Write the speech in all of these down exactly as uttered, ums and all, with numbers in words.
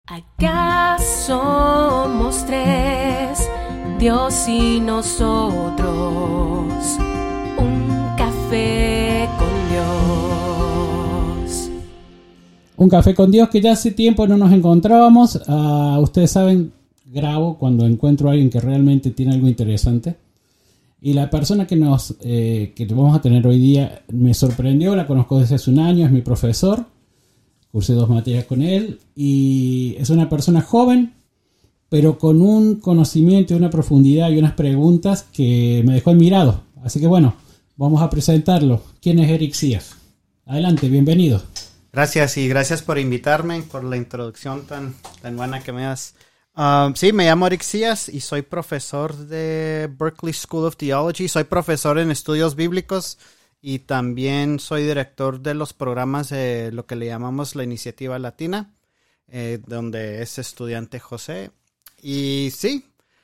Acá somos tres, Dios y nosotros, un café con Dios. Un café con Dios que ya hace tiempo no nos encontrábamos. Uh, ustedes saben, grabo cuando encuentro a alguien que realmente tiene algo interesante. Y la persona que nos eh, que vamos a tener hoy día me sorprendió, la conozco desde hace un año, es mi profesor. Cursé dos materias con él y es una persona joven, pero con un conocimiento y una profundidad y unas preguntas que me dejó admirado. Así que bueno, vamos a presentarlo. ¿Quién es Eric Sías? Adelante, bienvenido. Gracias y gracias por invitarme, por la introducción tan, tan buena que me das. Um, sí, me llamo Eric Sías y soy profesor de Berkeley School of Theology. Soy profesor en estudios bíblicos. Y también soy director de los programas de lo que le llamamos la Iniciativa Latina, eh, donde es estudiante José. Y sí,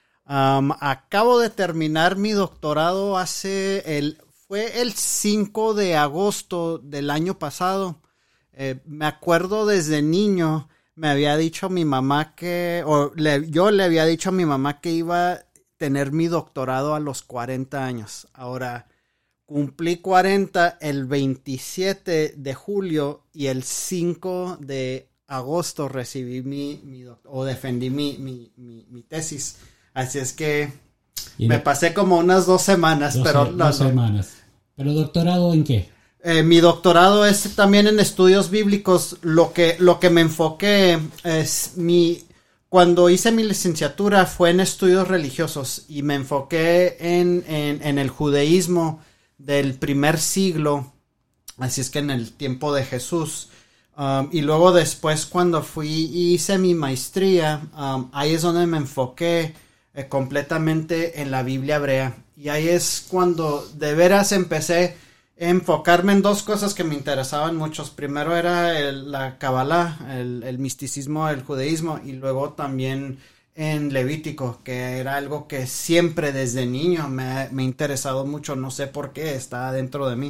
um, acabo de terminar mi doctorado hace el, fue el cinco de agosto del año pasado. Eh, me acuerdo desde niño, me había dicho mi mamá que, o le, yo le había dicho a mi mamá que iba a tener mi doctorado a los cuarenta años. Ahora, cumplí cuarenta el veintisiete de julio y el cinco de agosto recibí mi, mi o defendí mi, mi, mi, mi tesis. Así es que me de, pasé como unas dos semanas. Doce, pero no, dos semanas. ¿Pero doctorado en qué? Eh, mi doctorado es también en estudios bíblicos. Lo que, lo que me enfoqué es mi... Cuando hice mi licenciatura fue en estudios religiosos y me enfoqué en, en, en el judaísmo del primer siglo, así es que en el tiempo de Jesús, um, y luego después cuando fui y hice mi maestría, um, ahí es donde me enfoqué eh, completamente en la Biblia hebrea, y ahí es cuando de veras empecé a enfocarme en dos cosas que me interesaban mucho. Primero era el, la Kabbalah, el, el misticismo del judaísmo, y luego también en Levítico, que era algo que siempre desde niño me, me ha interesado mucho, no sé por qué, está dentro de mí.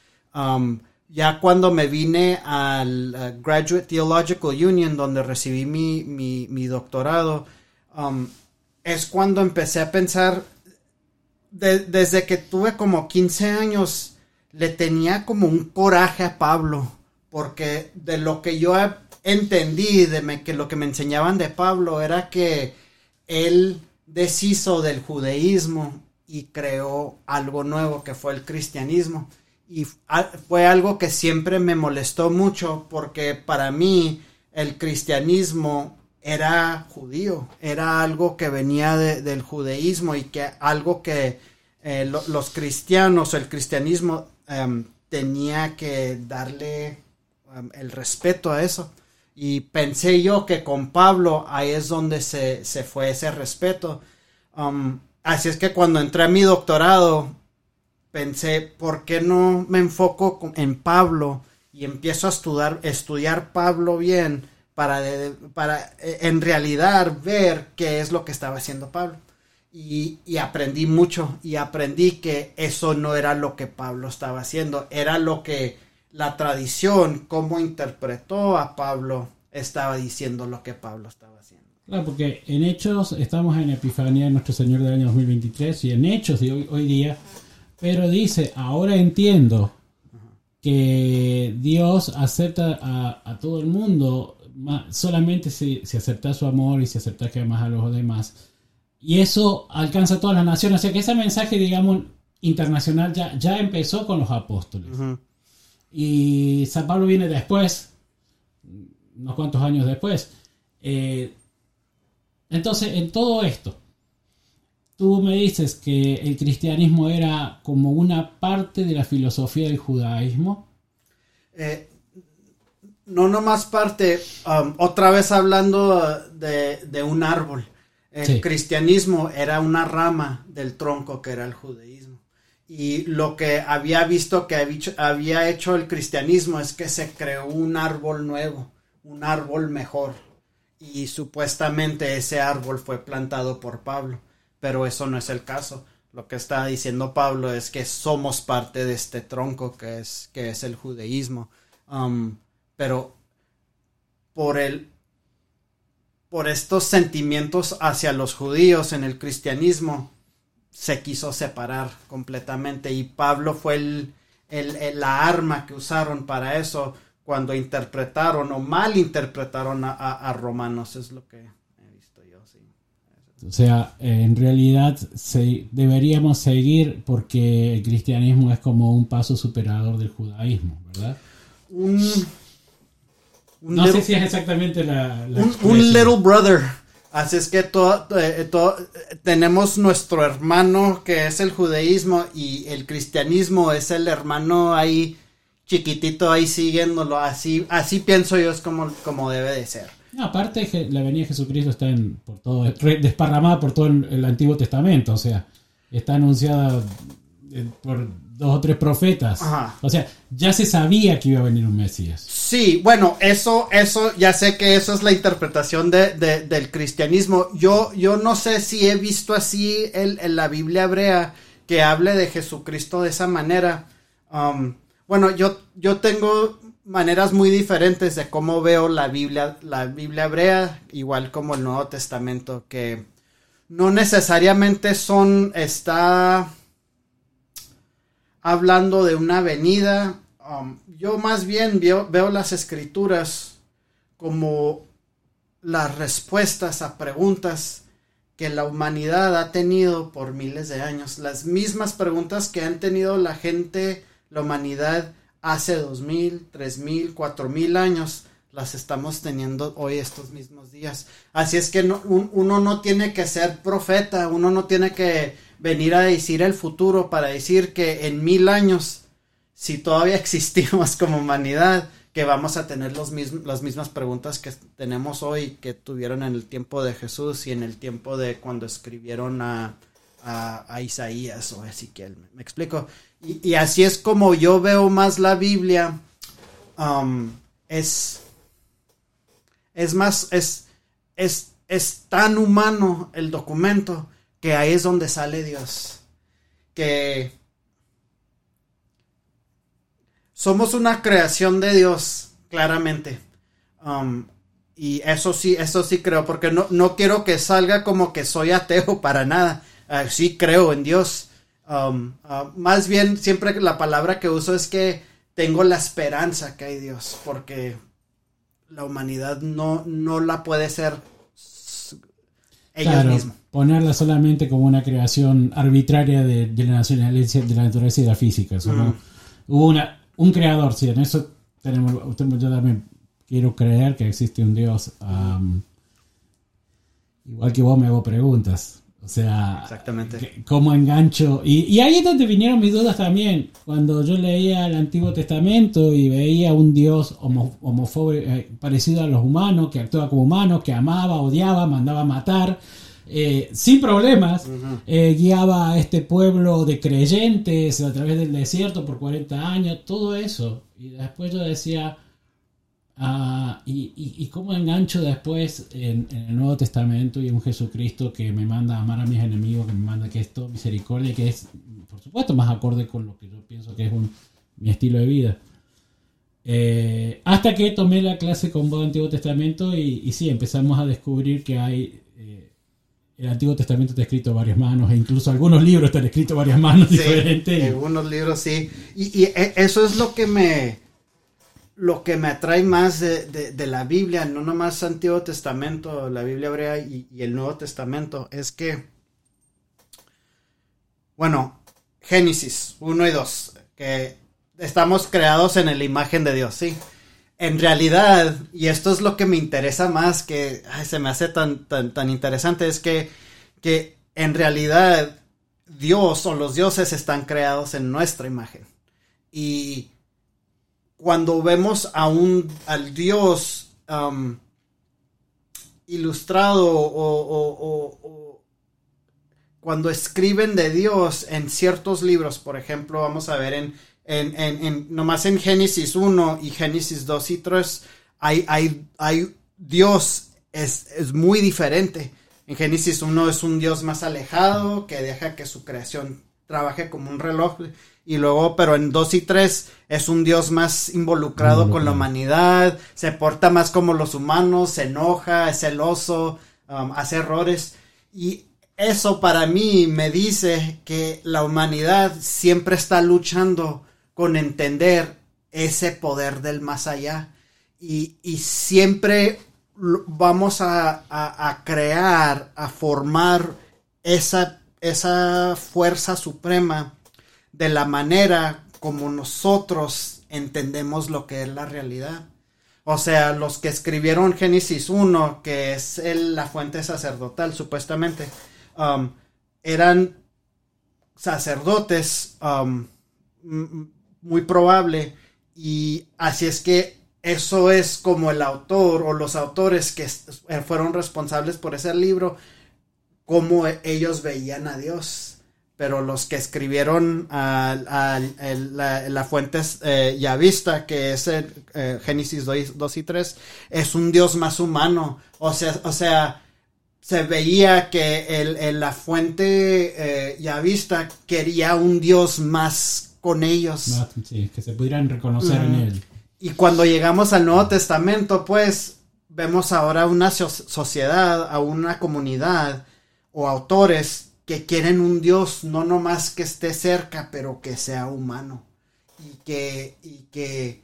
Um, ya cuando me vine al uh, Graduate Theological Union, donde recibí mi, mi, mi doctorado, um, es cuando empecé a pensar, de, desde que tuve como quince años, le tenía como un coraje a Pablo, porque de lo que yo entendí, de me, que lo que me enseñaban de Pablo era que él deshizo del judaísmo y creó algo nuevo que fue el cristianismo, y a, fue algo que siempre me molestó mucho, porque para mí el cristianismo era judío, era algo que venía de, del judaísmo, y que algo que eh, lo, los cristianos, el cristianismo um, tenía que darle um, el respeto a eso. Y pensé yo que con Pablo ahí es donde se, se fue ese respeto. Um, así es que cuando entré a mi doctorado, pensé, ¿por qué no me enfoco en Pablo y empiezo a estudiar, estudiar Pablo bien para, de, para en realidad ver qué es lo que estaba haciendo Pablo? Y, y aprendí mucho, y aprendí que eso no era lo que Pablo estaba haciendo, era lo que la tradición, cómo interpretó a Pablo, estaba diciendo lo que Pablo estaba haciendo. Claro, porque en Hechos, estamos en Epifanía de nuestro Señor del año dos mil veintitrés, y en Hechos de hoy, hoy día, Pedro dice, ahora entiendo que Dios acepta a, a todo el mundo, solamente si, si acepta su amor y si acepta que amas a los demás. Y eso alcanza a todas las naciones. O sea que ese mensaje, digamos, internacional ya, ya empezó con los apóstoles. Uh-huh. Y San Pablo viene después, unos cuantos años después. Eh, entonces, en todo esto, tú me dices que el cristianismo era como una parte de la filosofía del judaísmo. Eh, no nomás parte, um, otra vez hablando de, de un árbol. El sí. cristianismo era una rama del tronco que era el judaísmo. Y lo que había visto que había hecho el cristianismo es que se creó un árbol nuevo, un árbol mejor. Y supuestamente ese árbol fue plantado por Pablo, pero eso no es el caso. Lo que está diciendo Pablo es que somos parte de este tronco que es, que es el judaísmo. Um, pero por el por estos sentimientos hacia los judíos en el cristianismo, se quiso separar completamente. Y Pablo fue el, el, el, la arma que usaron para eso cuando interpretaron o malinterpretaron a, a, a Romanos. Es lo que he visto yo, sí. O sea, en realidad se, deberíamos seguir porque el cristianismo es como un paso superador del judaísmo, ¿verdad? Un, un no little, sé si es exactamente la... la un, un little brother. Así es que todo, eh, todo, tenemos nuestro hermano que es el judaísmo y el cristianismo es el hermano ahí chiquitito ahí siguiéndolo. Así, así pienso yo es como, como debe de ser. No, aparte la venida de Jesucristo está en, por todo, desparramada por todo el, el Antiguo Testamento, o sea, está anunciada por dos o tres profetas. Ajá. O sea, ya se sabía que iba a venir un Mesías. Sí, bueno, eso, eso, ya sé que eso es la interpretación de, de, del cristianismo. Yo, yo no sé si he visto así el, en la Biblia hebrea que hable de Jesucristo de esa manera. Um, bueno, yo, yo tengo maneras muy diferentes de cómo veo la Biblia, la Biblia hebrea, igual como el Nuevo Testamento, que no necesariamente son, está hablando de una venida. Um, yo más bien veo, veo las escrituras como las respuestas a preguntas que la humanidad ha tenido por miles de años. Las mismas preguntas que han tenido la gente, la humanidad, hace dos mil, tres mil, cuatro mil años, las estamos teniendo hoy estos mismos días. Así es que no, un, uno no tiene que ser profeta, uno no tiene que venir a decir el futuro para decir que en mil años, si todavía existimos como humanidad, que vamos a tener los mismos, las mismas preguntas que tenemos hoy, que tuvieron en el tiempo de Jesús y en el tiempo de cuando escribieron a, a, a Isaías o Ezequiel. ¿Me explico? Y, y así es como yo veo más la Biblia. Um, es, es más, es, es, es tan humano el documento que ahí es donde sale Dios. Que somos una creación de Dios, claramente. Um, y eso sí, eso sí creo, porque no, no quiero que salga como que soy ateo para nada. Uh, sí creo en Dios. Um, uh, más bien, siempre la palabra que uso es que tengo la esperanza que hay Dios, porque la humanidad no, no la puede ser ellos claro, mismos. Ponerla solamente como una creación arbitraria de, de la naturaleza, de la naturaleza y de la física. Solo uh-huh. Hubo una, un creador, sí, en eso tenemos, yo también quiero creer que existe un Dios. Um, igual que vos me hago preguntas. O sea, exactamente. ¿Cómo engancho? Y, y ahí es donde vinieron mis dudas también. Cuando yo leía el Antiguo Testamento y veía un Dios homo, homofóbico, eh, parecido a los humanos, que actuaba como humanos, que amaba, odiaba, mandaba a matar, eh, sin problemas, uh-huh. eh, guiaba a este pueblo de creyentes a través del desierto por cuarenta años, todo eso. Y después yo decía... Uh, y, y, y cómo engancho después en, en el Nuevo Testamento y un Jesucristo que me manda a amar a mis enemigos, que me manda que es todo misericordia, que es por supuesto más acorde con lo que yo pienso que es un, mi estilo de vida. Eh, hasta que tomé la clase con vos del Antiguo Testamento y, y sí, empezamos a descubrir que hay eh, el Antiguo Testamento está escrito a varias manos e incluso algunos libros están escritos a varias manos sí, diferentes. Algunos libros sí. Y, y eso es lo que me... Lo que me atrae más de, de, de la Biblia, no nomás Antiguo Testamento, la Biblia hebrea y, y el Nuevo Testamento, es que, bueno, Génesis uno y dos, que estamos creados en la imagen de Dios, ¿sí? En realidad, y esto es lo que me interesa más, que ay, se me hace tan, tan, tan interesante, es que, que en realidad Dios o los dioses están creados en nuestra imagen. Y cuando vemos a un, al Dios um, ilustrado o, o, o, o cuando escriben de Dios en ciertos libros, por ejemplo, vamos a ver en, en, en, en nomás en Génesis uno y Génesis dos y tres, hay, hay, hay Dios es, es muy diferente. En Génesis uno es un Dios más alejado que deja que su creación trabaje como un reloj. Y luego, pero en dos y tres es un Dios más involucrado Involucrado. con la humanidad, se porta más como los humanos, se enoja, es celoso, um, hace errores. Y eso para mí me dice que la humanidad siempre está luchando con entender ese poder del más allá. Y, y siempre vamos a, a, a crear, a formar esa, esa fuerza suprema de la manera como nosotros entendemos lo que es la realidad. O sea, los que escribieron Génesis uno, que es el, la fuente sacerdotal, supuestamente, um, eran sacerdotes, um, muy probable, y así es que eso es como el autor o los autores que fueron responsables por ese libro, cómo ellos veían a Dios. Pero los que escribieron uh, uh, la, la fuente eh, yavista, que es el, eh, Génesis dos y tres, es un Dios más humano. O sea, o sea se veía que el, el, la fuente eh, yavista quería un Dios más con ellos. Más, sí, que se pudieran reconocer uh-huh. en él. Y cuando llegamos al Nuevo Testamento, pues, vemos ahora una so- sociedad, a una comunidad o autores que quieren un Dios no nomás que esté cerca, pero que sea humano y que, y que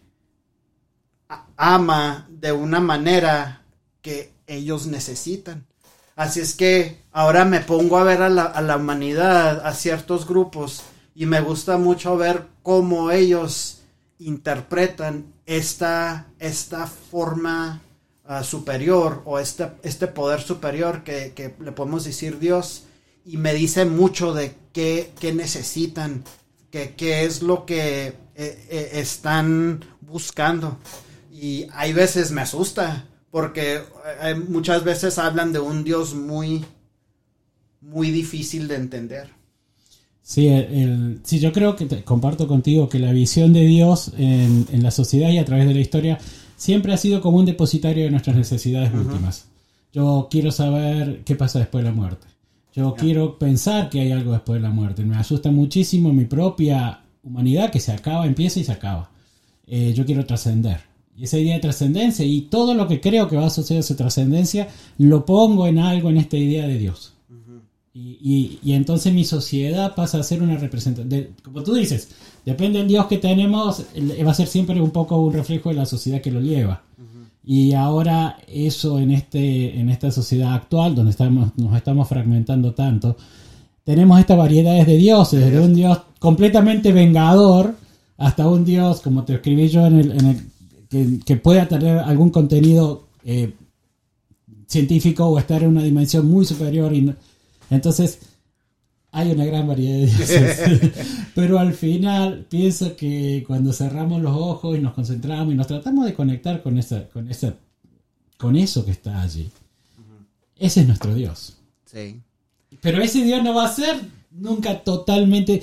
ama de una manera que ellos necesitan. Así es que ahora me pongo a ver a la, a la humanidad, a ciertos grupos, y me gusta mucho ver cómo ellos interpretan esta, esta forma uh, superior o este, este poder superior que, que le podemos decir Dios. Y me dice mucho de qué, qué necesitan, qué, qué es lo que eh, eh, están buscando. Y hay veces me asusta, porque eh, muchas veces hablan de un Dios muy, muy difícil de entender. Sí, el, el, sí, yo creo que te, comparto contigo que la visión de Dios en, en la sociedad y a través de la historia siempre ha sido como un depositario de nuestras necesidades uh-huh. últimas. Yo quiero saber qué pasa después de la muerte. Yo yeah. quiero pensar que hay algo después de la muerte. Me asusta muchísimo mi propia humanidad que se acaba, empieza y se acaba. Eh, yo quiero trascender. Y esa idea de trascendencia y todo lo que creo que va a suceder a esa trascendencia lo pongo en algo, en esta idea de Dios. Uh-huh. Y, y, y entonces mi sociedad pasa a ser una representación. De, como tú dices, depende del Dios que tenemos, va a ser siempre un poco un reflejo de la sociedad que lo lleva. Y ahora eso en este en esta sociedad actual donde estamos nos estamos fragmentando tanto, tenemos estas variedades de dioses, desde un Dios completamente vengador hasta un Dios, como te escribí yo, en el, en el que, que pueda tener algún contenido eh, científico o estar en una dimensión muy superior. Y no, entonces hay una gran variedad de dioses. Pero al final pienso que cuando cerramos los ojos y nos concentramos y nos tratamos de conectar con esa, con esa, con eso que está allí, uh-huh. ese es nuestro Dios. Sí. Pero ese Dios no va a ser nunca totalmente,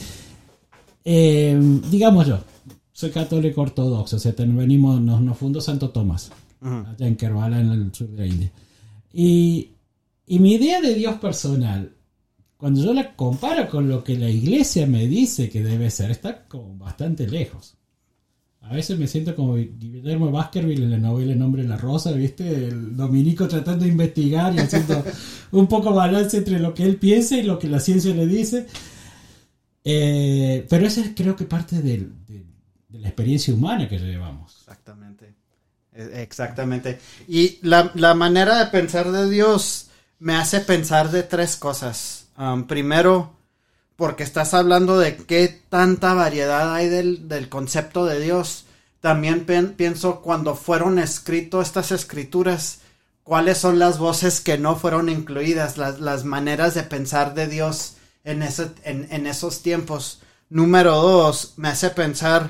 eh, digamos yo, soy católico ortodoxo, o sea, venimos, nos, nos fundó Santo Tomás, uh-huh. allá en Kerbala, en el sur de la India. Y, y mi idea de Dios personal, cuando yo la comparo con lo que la iglesia me dice que debe ser, está como bastante lejos. A veces me siento como Guillermo Baskerville en la novela El nombre de la rosa, ¿viste? El dominico tratando de investigar y haciendo un poco balance entre lo que él piensa y lo que la ciencia le dice. Eh, pero eso es, creo que parte de, de, de la experiencia humana que llevamos. Exactamente. Exactamente. Y la, la manera de pensar de Dios me hace pensar de tres cosas. Um, primero, porque estás hablando de qué tanta variedad hay del, del concepto de Dios. También pen, pienso cuando fueron escritas estas escrituras, cuáles son las voces que no fueron incluidas, las, las maneras de pensar de Dios en, ese, en, en esos tiempos. Número dos, me hace pensar,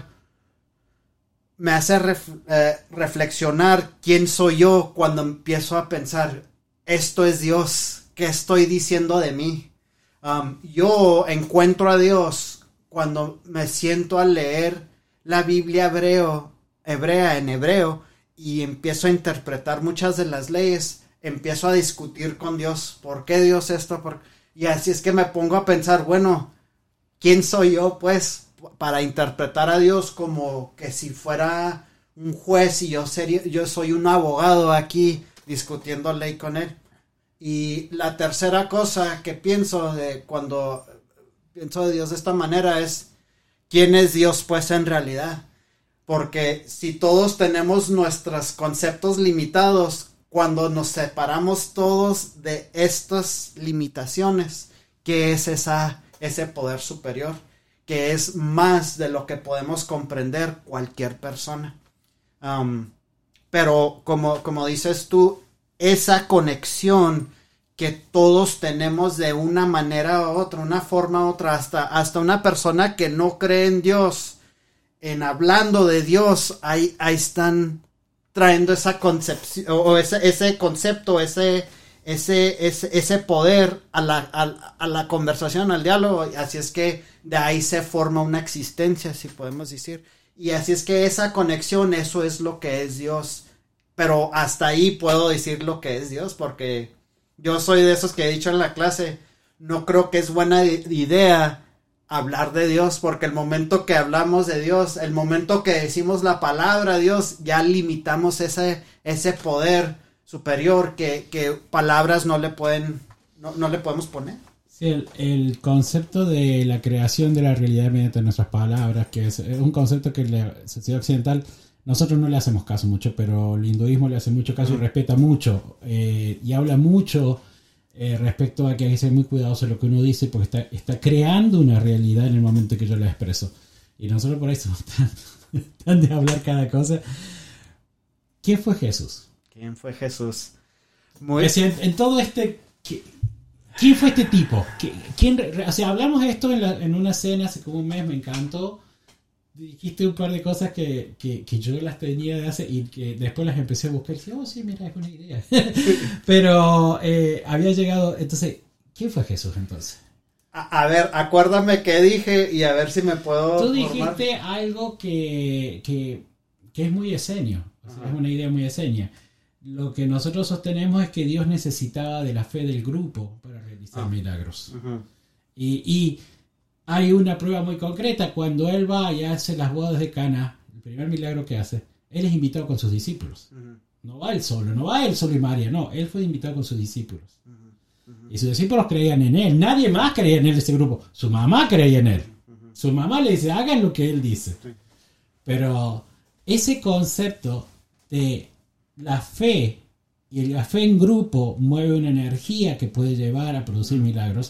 me hace ref, eh, reflexionar quién soy yo cuando empiezo a pensar, esto es Dios, ¿qué estoy diciendo de mí? Um, yo encuentro a Dios cuando me siento a leer la Biblia hebreo, hebrea en hebreo y empiezo a interpretar muchas de las leyes, empiezo a discutir con Dios, ¿por qué Dios esto? ¿Por... Y así es que me pongo a pensar, bueno, ¿quién soy yo, pues, para interpretar a Dios como que si fuera un juez y yo, sería, yo soy un abogado aquí discutiendo ley con él? Y la tercera cosa que pienso de cuando pienso de Dios de esta manera es, ¿quién es Dios, pues, en realidad? Porque si todos tenemos nuestros conceptos limitados, cuando nos separamos todos de estas limitaciones, ¿qué es esa, ese poder superior? Que es más de lo que podemos comprender cualquier persona. Um, pero como, como dices tú, esa conexión que todos tenemos de una manera u otra, una forma u otra, hasta, hasta una persona que no cree en Dios, en hablando de Dios, ahí, ahí están trayendo esa concepción, o ese, ese concepto, ese, ese, ese, ese poder a la, a, a la conversación, al diálogo. Así es que de ahí se forma una existencia, si podemos decir. Y así es que esa conexión, eso es lo que es Dios. Pero hasta ahí puedo decir lo que es Dios, porque yo soy de esos que he dicho en la clase, no creo que es buena idea hablar de Dios, porque el momento que hablamos de Dios, el momento que decimos la palabra Dios, ya limitamos ese, ese poder superior que, que palabras no le pueden, no, no le podemos poner. Sí, el, el concepto de la creación de la realidad mediante nuestras palabras, que es un concepto que la sociedad occidental, nosotros no le hacemos caso mucho, pero el hinduismo le hace mucho caso y respeta mucho, eh, y habla mucho Eh, respecto a que hay que ser muy cuidadoso de lo que uno dice, porque está, está creando una realidad en el momento que yo la expreso. Y nosotros por ahí somos tan, tan de hablar cada cosa. ¿Quién fue Jesús? ¿Quién fue Jesús? Muy... Es decir, en, en todo este... ¿Quién fue este tipo? ¿Quién, o sea, hablamos de esto en, la, en una cena hace como un mes, me encantó. Dijiste un par de cosas que, que, que yo las tenía de hace y que después las empecé a buscar y dije, oh sí, mira, es una idea. Pero eh, había llegado, entonces, ¿quién fue Jesús entonces? A, a ver, acuérdame qué dije y a ver si me puedo Tú dijiste formar. algo que, que, que es muy eseño, o sea, es una idea muy eseña. Lo que nosotros sostenemos es que Dios necesitaba de la fe del grupo para realizar ah. milagros. Uh-huh. Y... y hay una prueba muy concreta. Cuando él va y hace las bodas de Cana, el primer milagro que hace, él es invitado con sus discípulos. Uh-huh. No va él solo, no va él solo y María, no. Él fue invitado con sus discípulos. Uh-huh. Uh-huh. Y sus discípulos creían en él. Nadie más creía en él de ese grupo. Su mamá creía en él. Uh-huh. Su mamá le dice, hagan lo que él dice. Sí. Pero ese concepto de la fe, y la fe en grupo mueve una energía que puede llevar a producir milagros.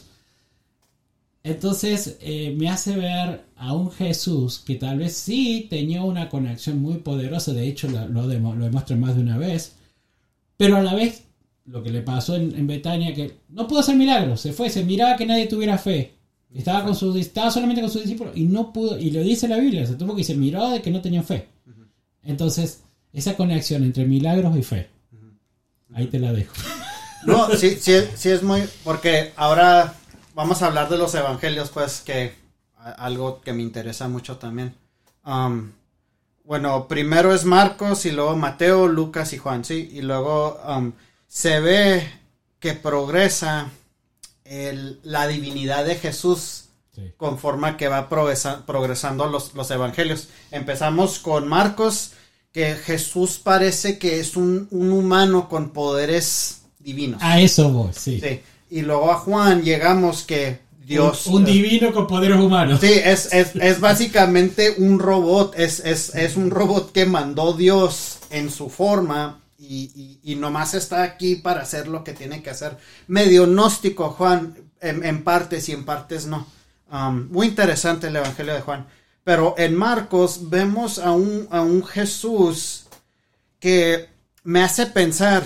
Entonces eh, me hace ver a un Jesús que tal vez sí tenía una conexión muy poderosa, de hecho lo, lo, demo, lo demuestra más de una vez, pero a la vez lo que le pasó en, en Betania, que no pudo hacer milagros, se fue, se miraba que nadie tuviera fe, estaba, con sus, estaba solamente con sus discípulos y no pudo, y lo dice la Biblia, se tuvo que se miró de que no tenían fe. Entonces esa conexión entre milagros y fe, ahí te la dejo. No, sí, sí, sí es muy, porque ahora... Vamos a hablar de los evangelios, pues, que algo que me interesa mucho también. Um, bueno, primero es Marcos y luego Mateo, Lucas y Juan, ¿sí? Y luego um, se ve que progresa el, la divinidad de Jesús sí. conforme que va progresa, progresando los, los evangelios. Empezamos con Marcos, que Jesús parece que es un, un humano con poderes divinos. A eso voy, sí. Sí. Y luego a Juan llegamos que Dios... Un, un divino con poderes humanos. Sí, es, es, es básicamente un robot, es, es, es un robot que mandó Dios en su forma y, y, y nomás está aquí para hacer lo que tiene que hacer. Medio gnóstico Juan, en, en partes y en partes no. Um, muy interesante el Evangelio de Juan. Pero en Marcos vemos a un, a un Jesús que me hace pensar,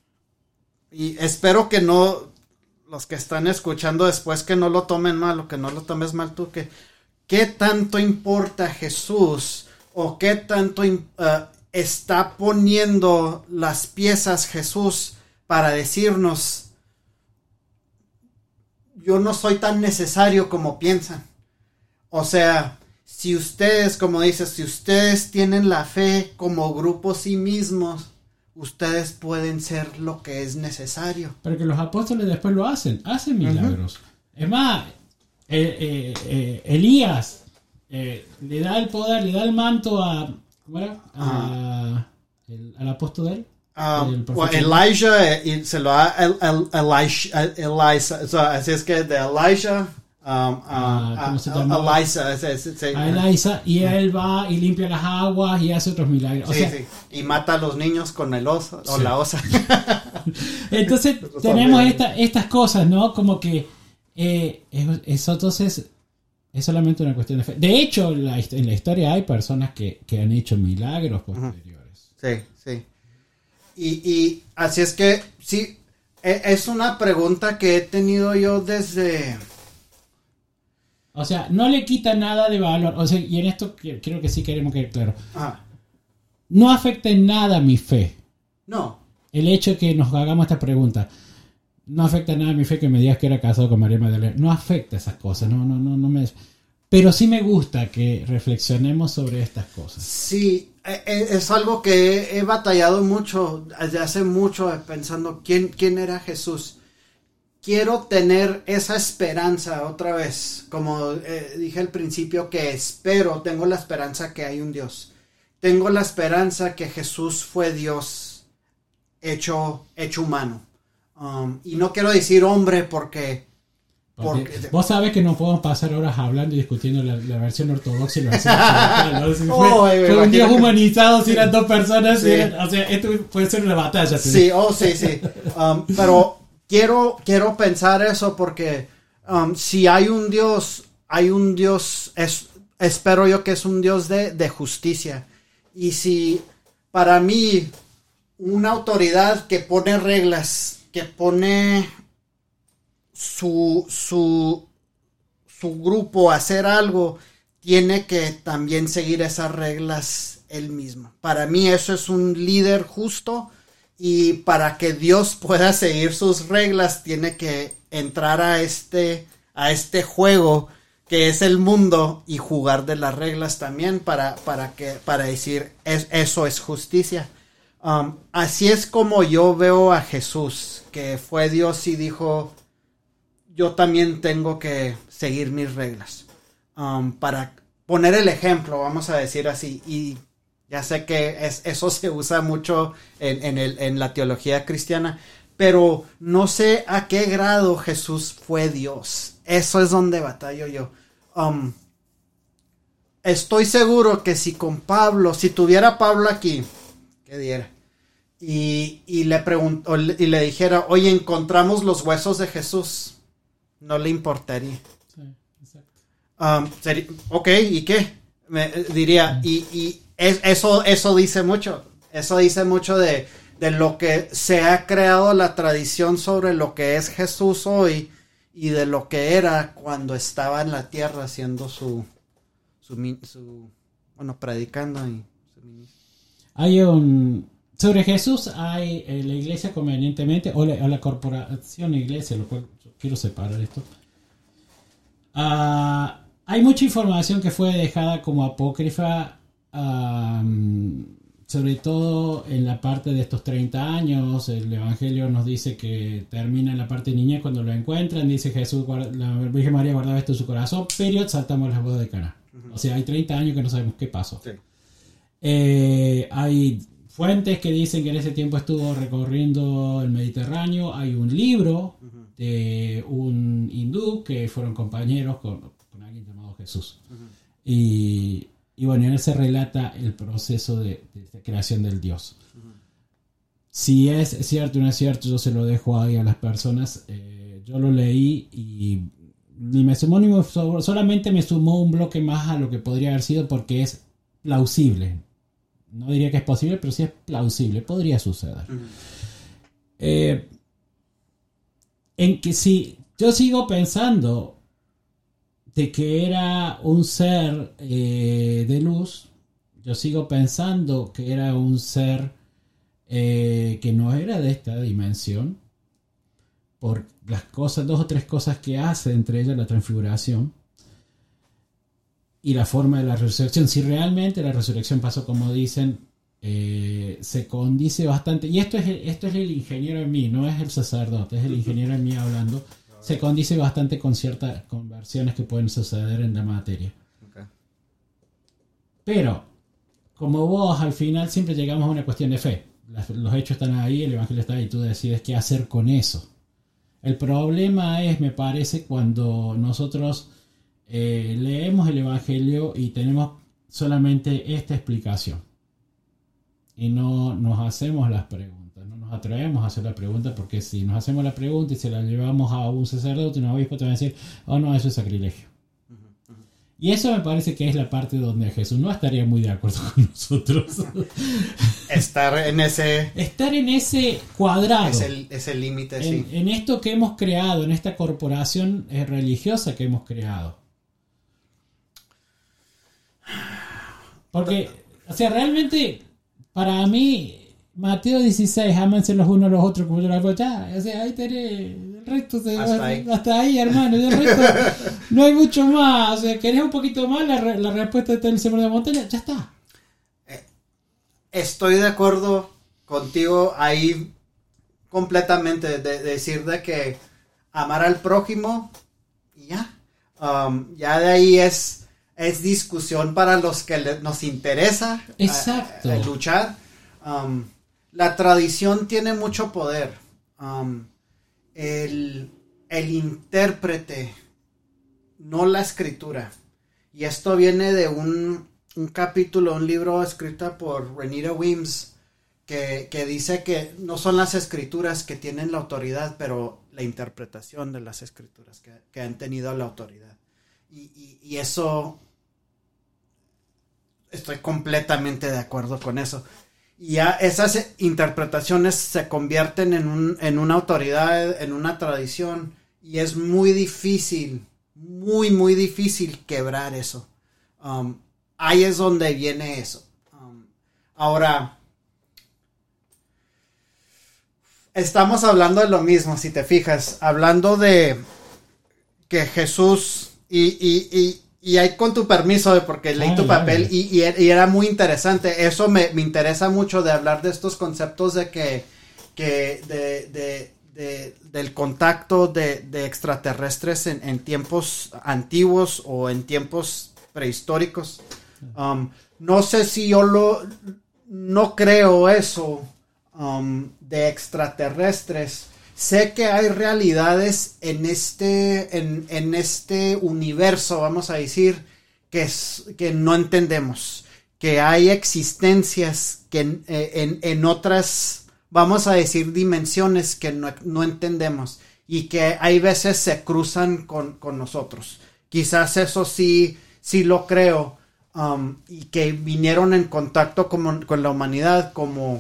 y espero que no... los que están escuchando después que no lo tomen mal o que no lo tomes mal tú, que qué tanto importa Jesús o qué tanto uh, está poniendo las piezas Jesús para decirnos yo no soy tan necesario como piensan. O sea, si ustedes, como dices, si ustedes tienen la fe como grupo sí mismos, ustedes pueden ser lo que es necesario. Pero que los apóstoles después lo hacen, hacen milagros. Uh-huh. Es más, eh, eh, eh, Elías eh, le da el poder, le da el manto a, ¿cómo era? A, el, al apóstol de él. Um, well, Elijah eh, se lo da el, el, Elisha, Elisa, o sea, así es que de Elijah um, uh, ah, ¿cómo se a, llama? a Elisa, es, es, es, a Elisa, y él va y limpia las aguas y hace otros milagros. O sí, sea, sí. Y mata a los niños con el oso o sí. la osa. Entonces tenemos esta, estas cosas, ¿no? Como que eh, eso entonces es solamente una cuestión de fe. De hecho, la, en la historia hay personas que, que han hecho milagros posteriores. Sí, sí. Y, y así es que, sí, es una pregunta que he tenido yo desde... O sea, no le quita nada de valor. O sea, y en esto creo que sí queremos quedar claro. Ajá. No afecta en nada mi fe. No. El hecho de que nos hagamos esta pregunta. No afecta en nada mi fe que me digas que era casado con María Magdalena. No afecta esas cosas. No, no, no, no me... Pero sí me gusta que reflexionemos sobre estas cosas. Sí, es algo que he batallado mucho, desde hace mucho, pensando quién, quién era Jesús. Quiero tener esa esperanza otra vez, como eh, dije al principio, que espero, tengo la esperanza que hay un Dios. Tengo la esperanza que Jesús fue Dios hecho, hecho humano. Um, y no quiero decir hombre porque... Porque Porque, vos sabés que no podemos pasar horas hablando y discutiendo la, la versión ortodoxa y la versión occidental, ¿no? Si fue, oh, fue un Dios que... humanizado, si eran dos personas, sí. eran, o sea, esto puede ser una batalla. Sí, sí oh, sí, sí. Um, pero quiero, quiero pensar eso porque um, si hay un Dios, hay un Dios, es, espero yo que es un Dios de, de justicia. Y si para mí una autoridad que pone reglas, que pone... Su, su, su grupo hacer algo, tiene que también seguir esas reglas él mismo. Para mí eso es un líder justo y para que Dios pueda seguir sus reglas tiene que entrar a este, a este juego que es el mundo y jugar de las reglas también para, para, que, para decir es, eso es justicia. Um, así es como yo veo a Jesús, que fue Dios y dijo... Yo también tengo que seguir mis reglas. Um, para poner el ejemplo, vamos a decir así. Y ya sé que es, eso se usa mucho en, en, el, en la teología cristiana. Pero no sé a qué grado Jesús fue Dios. Eso es donde batallo yo. Um, estoy seguro que si con Pablo, si tuviera Pablo aquí, ¿qué diera? Y, y, le preguntó, y le dijera, oye, encontramos los huesos de Jesús. No le importaría. Sí, exacto. Um, sería, ok, ¿y qué? Me diría, y, y es, eso, eso dice mucho. Eso dice mucho de, de lo que se ha creado la tradición sobre lo que es Jesús hoy y de lo que era cuando estaba en la tierra haciendo su, su, su bueno, predicando y su ministerio. Hay un... Sobre Jesús hay eh, la iglesia convenientemente, o la, o la corporación iglesia, lo cual yo quiero separar esto. Uh, hay mucha información que fue dejada como apócrifa, um, sobre todo en la parte de estos treinta años. El Evangelio nos dice que termina en la parte de niñez cuando lo encuentran, dice Jesús, la Virgen María guardaba esto en su corazón, period, saltamos las bodas de Caná. Uh-huh. O sea, hay treinta años que no sabemos qué pasó. Sí. Eh, hay... fuentes que dicen que en ese tiempo estuvo recorriendo el Mediterráneo. Hay un libro uh-huh. de un hindú que fueron compañeros con, con alguien llamado Jesús. Uh-huh. Y, y bueno, en él se relata el proceso de, de, de creación del Dios. Uh-huh. Si es cierto o no es cierto, yo se lo dejo ahí a las personas. Eh, yo lo leí y ni me sumó ni me, solamente me sumó un bloque más a lo que podría haber sido porque es plausible. No diría que es posible, pero sí es plausible. Podría suceder. Uh-huh. Eh, en que si yo sigo pensando de que era un ser eh, de luz, yo sigo pensando que era un ser eh, que no era de esta dimensión, por las cosas, dos o tres cosas que hace, entre ellas la transfiguración y la forma de la resurrección. Si realmente la resurrección pasó como dicen, eh, se condice bastante. Y esto es, el, esto es el ingeniero en mí, no es el sacerdote, es el ingeniero en mí hablando. se condice bastante con ciertas conversiones que pueden suceder en la materia. Okay. Pero, como vos al final siempre llegamos a una cuestión de fe. Las, los hechos están ahí, el evangelio está ahí y tú decides qué hacer con eso. El problema es, me parece, cuando nosotros eh, leemos el evangelio y tenemos solamente esta explicación. Y no nos hacemos las preguntas, no nos atrevemos a hacer la pregunta, porque si nos hacemos la pregunta y se la llevamos a un sacerdote, un obispo, te van a decir, oh no, eso es sacrilegio. Uh-huh, uh-huh. Y eso me parece que es la parte donde Jesús no estaría muy de acuerdo con nosotros. Estar en ese... Estar en ese cuadrado. Ese, ese límite, sí. En, en esto que hemos creado, en esta corporación religiosa que hemos creado. Porque, o sea, realmente... Para mí, Mateo dieciséis, ámense los unos a los otros como yo lo hago ya. O sea, ahí tenés el resto. De, hasta, ahí. hasta ahí, hermano. El resto, no hay mucho más. O sea, querés un poquito más, la, la respuesta está en el Sermón de la Montaña, ya está. Estoy de acuerdo contigo ahí completamente. De, de decir de que amar al prójimo y ya. Um, ya de ahí es... Es discusión para los que le, nos interesa Exacto. A, a luchar. Um, la tradición tiene mucho poder. Um, el, el intérprete, no la escritura. Y esto viene de un, un capítulo, un libro escrito por Renita Weems, que, que dice que no son las escrituras que tienen la autoridad, pero la interpretación de las escrituras que, que han tenido la autoridad. Y, y, y eso... Estoy completamente de acuerdo con eso. Y ya esas interpretaciones se convierten en, un, en una autoridad, en una tradición. Y es muy difícil, muy, muy difícil quebrar eso. Um, ahí es donde viene eso. Um, ahora, estamos hablando de lo mismo, si te fijas. Hablando de que Jesús y... y, y Y ahí con tu permiso, porque leí tu papel y, y, y era muy interesante. Eso me, me interesa mucho de hablar de estos conceptos de que, que de, de, de, del contacto de, de extraterrestres en, en tiempos antiguos o en tiempos prehistóricos. Um, no sé si yo lo, no creo eso um, de extraterrestres. Sé que hay realidades en este, en, en este universo, vamos a decir, que, es, que no entendemos. Que hay existencias que en, en, en otras, vamos a decir, dimensiones que no, no entendemos. Y que hay veces se cruzan con, con nosotros. Quizás eso sí, sí lo creo. Um, y que vinieron en contacto con, con la humanidad como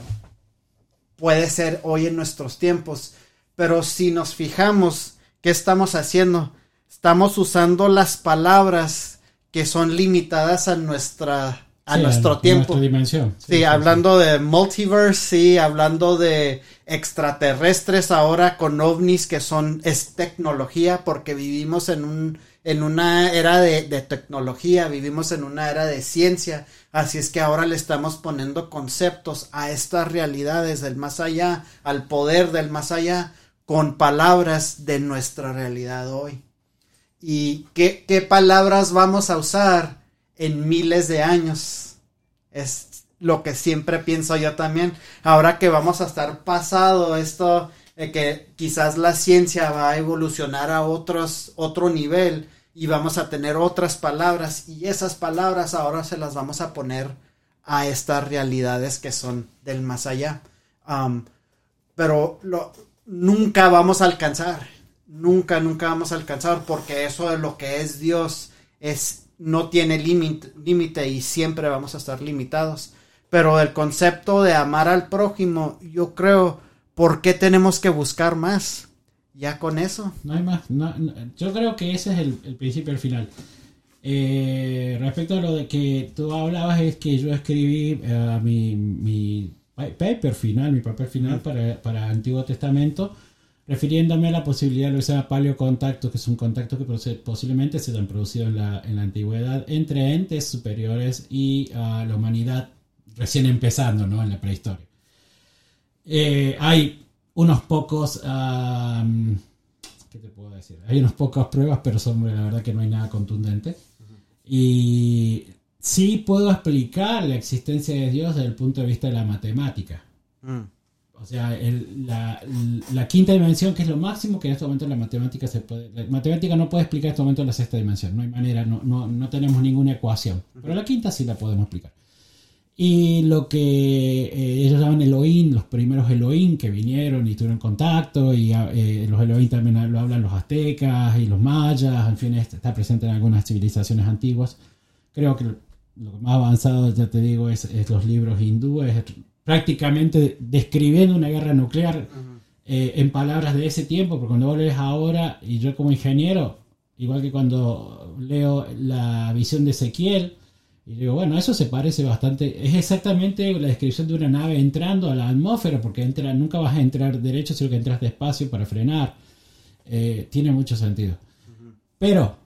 puede ser hoy en nuestros tiempos. Pero si nos fijamos, ¿qué estamos haciendo? Estamos usando las palabras que son limitadas a nuestra a sí, nuestro a, tiempo. A nuestra dimensión. Sí, sí, sí hablando sí. de multiverse, sí, hablando de extraterrestres ahora con ovnis que son es tecnología porque vivimos en un en una era de, de tecnología, vivimos en una era de ciencia, así es que ahora le estamos poniendo conceptos a estas realidades del más allá, al poder del más allá, con palabras de nuestra realidad hoy. ¿Y qué, qué palabras vamos a usar en miles de años? Es lo que siempre pienso yo también. Ahora que vamos a estar pasado esto, de que quizás la ciencia va a evolucionar a otros, otro nivel y vamos a tener otras palabras y esas palabras ahora se las vamos a poner a estas realidades que son del más allá. Um, pero lo... Nunca vamos a alcanzar, nunca, nunca vamos a alcanzar porque eso de lo que es Dios es, no tiene límite y siempre vamos a estar limitados. Pero el concepto de amar al prójimo, yo creo, ¿por qué tenemos que buscar más? Ya con eso. No hay más, no, no, yo creo que ese es el, el principio y el final. Eh, respecto a lo de que tú hablabas, es que yo escribí uh, mi... mi paper final, mi papel final para, para Antiguo Testamento, refiriéndome a la posibilidad de lo que se llama paleocontactos, que es un contacto que posiblemente se hayan producido en la, en la antigüedad entre entes superiores y uh, la humanidad recién empezando, ¿no? En la prehistoria. Eh, hay unos pocos, uh, ¿qué te puedo decir? Hay unas pocas pruebas, pero son, la verdad que no hay nada contundente. Uh-huh. Y sí puedo explicar la existencia de Dios desde el punto de vista de la matemática. Uh-huh. O sea, el, la, la quinta dimensión, que es lo máximo que en este momento la matemática se puede... La matemática no puede explicar en este momento la sexta dimensión. No hay manera, no, no, no tenemos ninguna ecuación. Pero la quinta sí la podemos explicar. Y lo que eh, ellos llaman Elohim, los primeros Elohim que vinieron y tuvieron contacto, y eh, los Elohim también lo hablan los aztecas y los mayas, en fin, está presente en algunas civilizaciones antiguas. Creo que lo, lo más avanzado, ya te digo, es, es los libros hindúes, prácticamente describiendo una guerra nuclear uh-huh. eh, en palabras de ese tiempo, porque cuando vos lees ahora, y yo como ingeniero, igual que cuando leo la visión de Ezequiel, y digo, bueno, eso se parece bastante, es exactamente la descripción de una nave entrando a la atmósfera, porque entra, nunca vas a entrar derecho, sino que entras despacio para frenar. Eh, tiene mucho sentido. Uh-huh. Pero,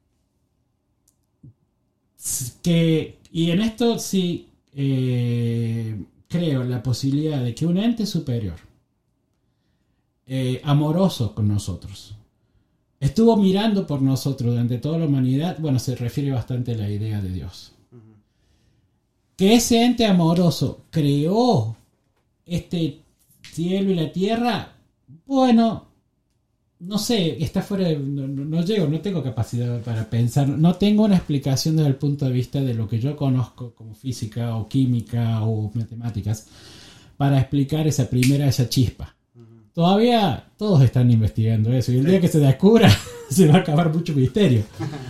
que, y en esto sí eh, creo la posibilidad de que un ente superior, eh, amoroso con nosotros, estuvo mirando por nosotros durante toda la humanidad. Bueno, se refiere bastante a la idea de Dios. Que ese ente amoroso creó este cielo y la tierra, bueno, no sé, está fuera de, no, no llego, no tengo capacidad para pensar, no tengo una explicación desde el punto de vista de lo que yo conozco como física o química o matemáticas para explicar esa primera, esa chispa. Uh-huh. Todavía todos están investigando eso, y el día que se descubra se va a acabar mucho misterio.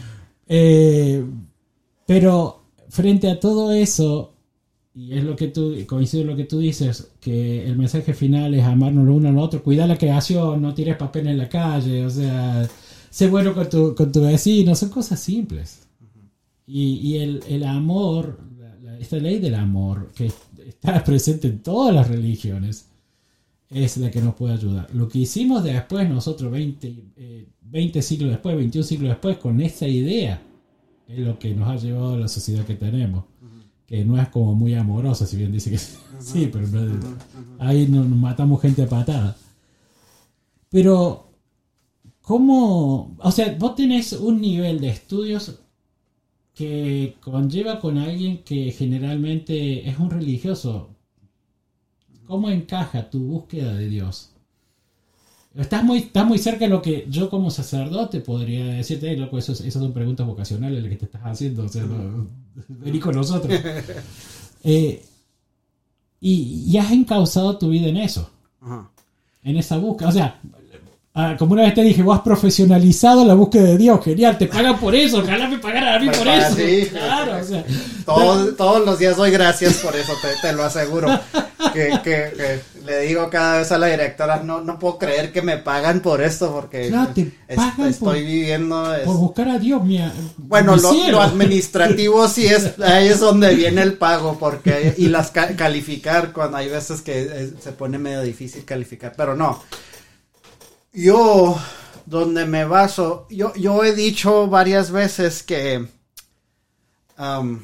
eh, pero frente a todo eso, y es lo que tú, coincido en lo que tú dices, que el mensaje final es amarnos lo uno al otro, cuidar la creación, no tires papel en la calle, o sea, sé bueno con tu, con tu vecino, son cosas simples. Uh-huh. Y, y el, el amor, la, la, esta ley del amor, que está presente en todas las religiones, es la que nos puede ayudar. Lo que hicimos después nosotros, veinte, eh, veinte siglos después, veintiún siglos después, con esta idea, es lo que nos ha llevado a la sociedad que tenemos, uh-huh. que no es como muy amorosa, si bien dice que uh-huh. sí, pero no, uh-huh. ahí nos, nos matamos gente a patada. Pero, ¿cómo? O sea, vos tenés un nivel de estudios que conlleva con alguien que generalmente es un religioso. ¿Cómo encaja tu búsqueda de Dios? Estás muy, estás muy cerca de lo que yo como sacerdote podría decirte, hey, loco, eso, esas son preguntas vocacionales las que te estás haciendo, o sea, no, vení con nosotros. Eh, y, y has encauzado tu vida en eso, uh-huh. en esa búsqueda, o sea, como una vez te dije, vos has profesionalizado la búsqueda de Dios, genial, te pagan por eso, ojalá me pagaran a mí por eso. Sí. Claro, o sea, Todo, todos los días doy gracias por eso, te, te lo aseguro. Que, que, que le digo cada vez a la directora, no, no puedo creer que me pagan por esto, porque claro, te pagan es, estoy por, viviendo... Es... por buscar a Dios, mía. Bueno, lo, lo administrativo sí es, ahí es donde viene el pago, porque y las ca- calificar, cuando hay veces que eh, se pone medio difícil calificar, pero no. Yo, donde me baso, yo, yo he dicho varias veces que... Um,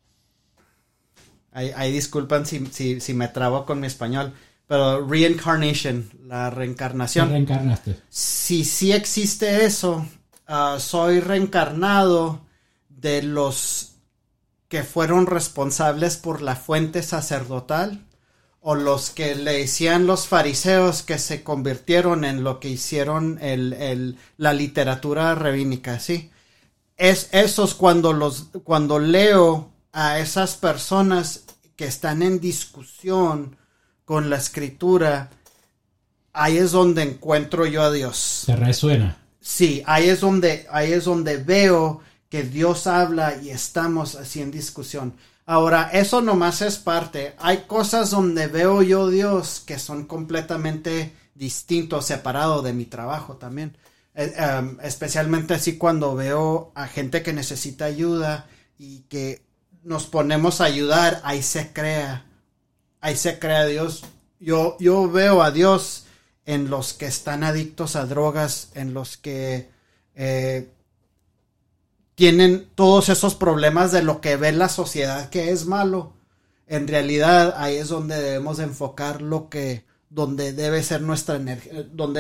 Ahí, ahí disculpan si, si, si me trabo con mi español, pero reincarnation, la reencarnación. Te reencarnaste. Si sí existe eso, uh, soy reencarnado de los que fueron responsables por la fuente sacerdotal, o los que le decían los fariseos que se convirtieron en lo que hicieron el, el, la literatura rabínica, ¿sí? Es esos cuando los, cuando leo a esas personas que están en discusión con la escritura, ahí es donde encuentro yo a Dios. ¿Te resuena? Sí, ahí es donde, ahí es donde veo que Dios habla y estamos así en discusión. Ahora, eso nomás es parte. Hay cosas donde veo yo Dios que son completamente distintos, separados de mi trabajo también. Eh, um, especialmente así cuando veo a gente que necesita ayuda y que nos ponemos a ayudar, ahí se crea, ahí se crea Dios. Yo, yo veo a Dios en los que están adictos a drogas, en los que eh, tienen todos esos problemas de lo que ve la sociedad que es malo. En realidad, ahí es donde debemos enfocar lo que, donde debe ser nuestra energía, donde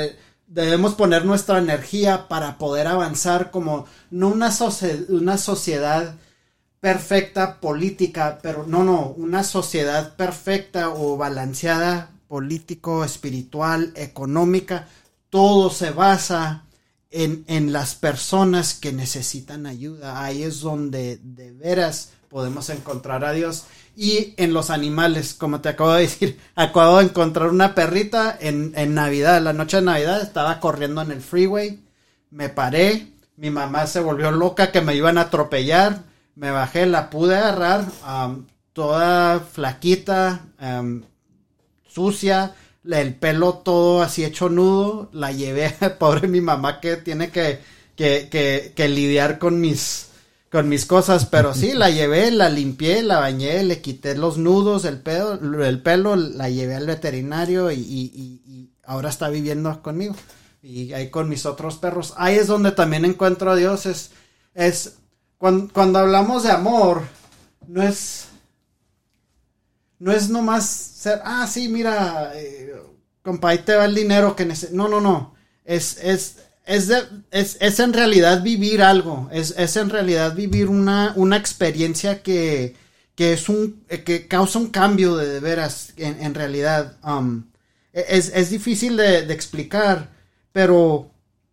debemos poner nuestra energía para poder avanzar como no una, socie- una sociedad perfecta política, pero no, no, una sociedad perfecta o balanceada político, espiritual, económica. Todo se basa en, en las personas que necesitan ayuda. Ahí es donde de veras podemos encontrar a Dios. Y en los animales, como te acabo de decir, acabo de encontrar una perrita en, en Navidad, la noche de Navidad, estaba corriendo en el freeway, me paré, mi mamá se volvió loca que me iban a atropellar, me bajé, la pude agarrar, um, toda flaquita, um, sucia, el pelo todo así hecho nudo, la llevé, pobre mi mamá que tiene que, que, que, que lidiar con mis... con mis cosas, pero sí, la llevé, la limpié, la bañé, le quité los nudos, el pelo, el pelo, la llevé al veterinario y, y, y, y ahora está viviendo conmigo. Y ahí con mis otros perros. Ahí es donde también encuentro a Dios. Es, es cuando, cuando hablamos de amor, no es, no es nomás ser, ah, sí, mira, eh, compa, ahí te va el dinero que necesitas. No, no, no. Es, es, Es, de, es, es en realidad vivir algo, es, es en realidad vivir una, una experiencia que, que es un, que causa un cambio de, de veras, en, en realidad. Um, es, es difícil de, de explicar, pero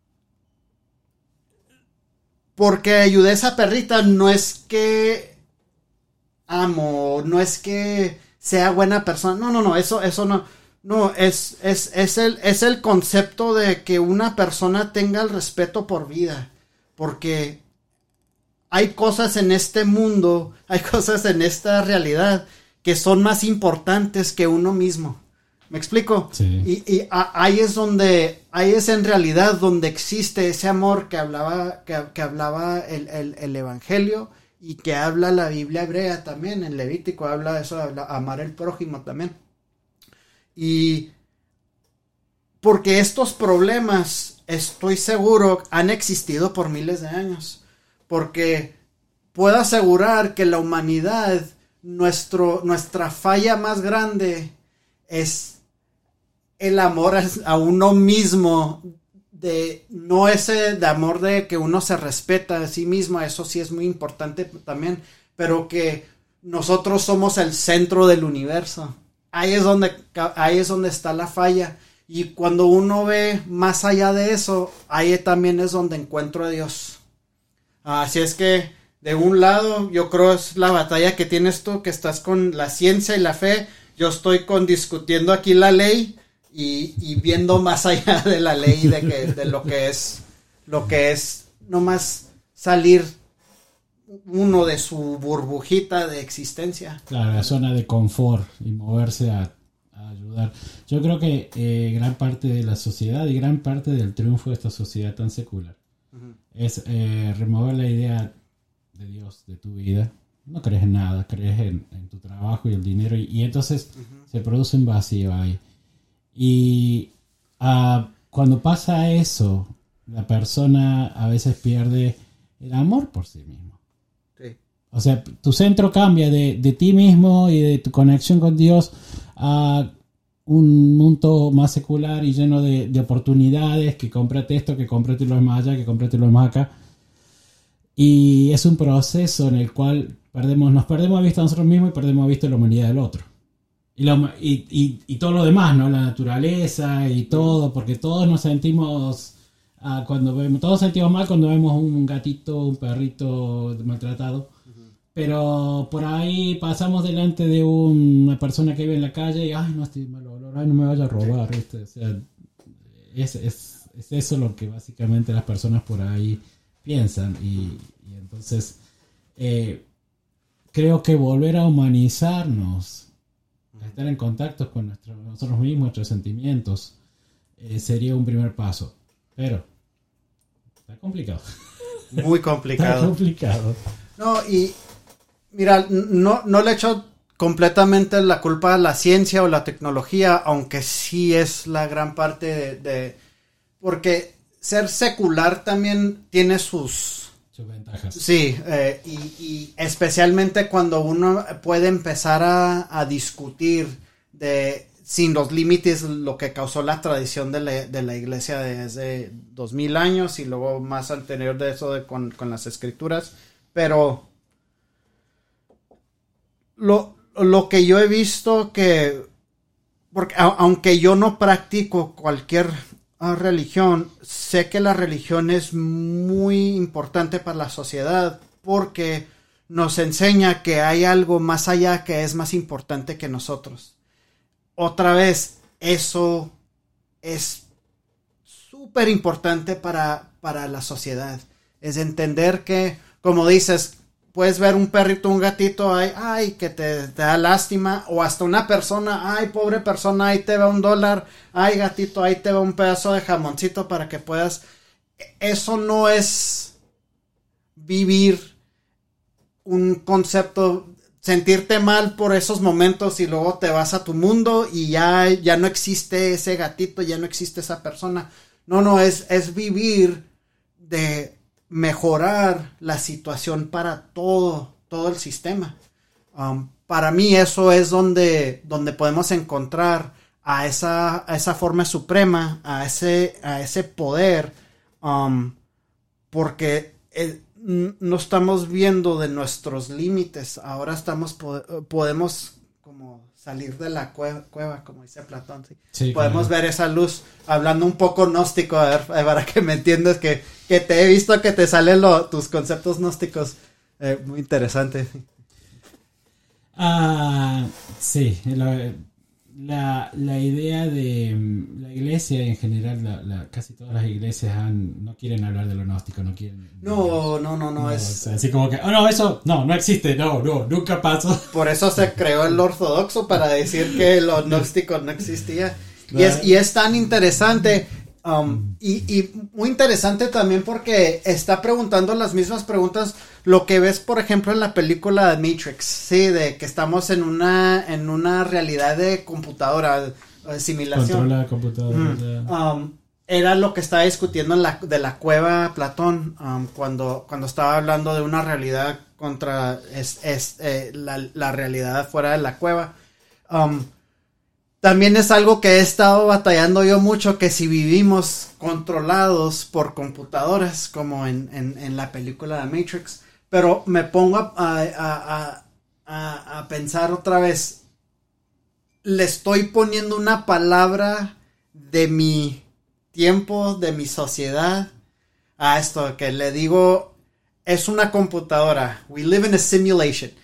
porque ayudé a esa perrita no es que amo, no es que sea buena persona, no, no, no, eso, eso no. No, es, es, es, el, es el concepto de que una persona tenga el respeto por vida, porque hay cosas en este mundo, hay cosas en esta realidad que son más importantes que uno mismo. ¿Me explico? Sí. Y, y a, ahí es donde, ahí es en realidad donde existe ese amor que hablaba, que, que hablaba el, el, el Evangelio y que habla la Biblia hebrea también, en Levítico habla de eso, habla, amar el prójimo también. Y porque estos problemas, estoy seguro, han existido por miles de años. Porque puedo asegurar que la humanidad, nuestro, nuestra falla más grande es el amor a, a uno mismo. De, no ese de amor de que uno se respeta a sí mismo, eso sí es muy importante también. Pero que nosotros somos el centro del universo. Ahí es donde, ahí es donde está la falla. Y cuando uno ve más allá de eso, ahí también es donde encuentro a Dios. Así es que, de un lado, yo creo es la batalla que tienes tú, que estás con la ciencia y la fe. Yo estoy con discutiendo aquí la ley y, y viendo más allá de la ley, de que, de lo que es, lo que es nomás salir uno de su burbujita de existencia. Claro, la zona de confort y moverse a, a ayudar. Yo creo que eh, gran parte de la sociedad y gran parte del triunfo de esta sociedad tan secular uh-huh. es eh, remover la idea de Dios de tu vida. No crees en nada, crees en, en tu trabajo y el dinero y, y entonces uh-huh. se produce un vacío ahí. Y uh, cuando pasa eso, la persona a veces pierde el amor por sí mismo. O sea, tu centro cambia de, de ti mismo y de tu conexión con Dios a un mundo más secular y lleno de, de oportunidades, que cómprate esto, que cómprate lo más allá, que cómprate lo más acá. Y es un proceso en el cual perdemos, nos perdemos de vista a nosotros mismos y perdemos de vista la humanidad del otro. Y, lo, y, y, y todo lo demás, ¿no? La naturaleza y todo, porque todos nos sentimos, uh, cuando vemos, todos sentimos mal cuando vemos un gatito, un perrito maltratado. Pero por ahí pasamos delante de un, una persona que vive en la calle y, ay, no, estoy mal olor, ay, no me vaya a robar, ¿viste? O sea, es, es, es eso lo que básicamente las personas por ahí piensan. Y, y entonces, eh, creo que volver a humanizarnos, a estar en contacto con nuestro, nosotros mismos, nuestros sentimientos, eh, sería un primer paso. Pero, está complicado. Muy complicado. Está complicado. No, y... Mira, no, no le echo completamente la culpa a la ciencia o la tecnología, aunque sí es la gran parte de... de porque ser secular también tiene sus... Sus ventajas. Sí, eh, y, y especialmente cuando uno puede empezar a, a discutir de sin los límites, lo que causó la tradición de la, de la iglesia desde dos mil años y luego más anterior de eso de, con, con las escrituras. Pero lo, lo que yo he visto que, porque a, aunque yo no practico cualquier uh, religión, sé que la religión es muy importante para la sociedad porque nos enseña que hay algo más allá que es más importante que nosotros. Otra vez, eso es súper importante para, para la sociedad. Es entender que, como dices, puedes ver un perrito, un gatito, ay, ay que te, te da lástima, o hasta una persona, ay, pobre persona, ahí te va un dólar, ay, gatito, ahí te va un pedazo de jamoncito para que puedas. Eso no es vivir un concepto, sentirte mal por esos momentos y luego te vas a tu mundo y ya, ya no existe ese gatito, ya no existe esa persona. No, no, es, es vivir de mejorar la situación para todo, todo el sistema. Um, para mí eso es donde, donde podemos encontrar a esa, a esa forma suprema, a ese, a ese poder, um, porque el, no estamos viendo de nuestros límites, ahora estamos podemos como salir de la cueva, cueva como dice Platón, ¿sí? Sí, podemos claro. ver esa luz, hablando un poco gnóstico, a ver, para que me entiendas, que, que te he visto que te salen lo, tus conceptos gnósticos, eh, muy interesante. Ah, sí, la, la, la idea de la iglesia en general, la, la, casi todas las iglesias han, no quieren hablar de lo gnóstico, no quieren. No, no, no, no, no es. O sea, así como que, oh no, eso, no, no existe, no, no, nunca pasó. Por eso se creó el ortodoxo, para decir que lo gnóstico no existía. Y es, y es tan interesante. Um, y, y muy interesante también porque está preguntando las mismas preguntas lo que ves por ejemplo en la película Matrix, sí, de que estamos en una en una realidad de computadora, de simulación. Controla computadora. Mm. Um, era lo que estaba discutiendo en la, de la cueva Platón, um, cuando, cuando estaba hablando de una realidad contra es, es, eh, la, la realidad fuera de la cueva. Um, También es algo que he estado batallando yo mucho, que si vivimos controlados por computadoras, como en, en, en la película de Matrix, pero me pongo a, a, a, a, a pensar otra vez, le estoy poniendo una palabra de mi tiempo, de mi sociedad, a esto, que le digo, es una computadora, we live in a simulation.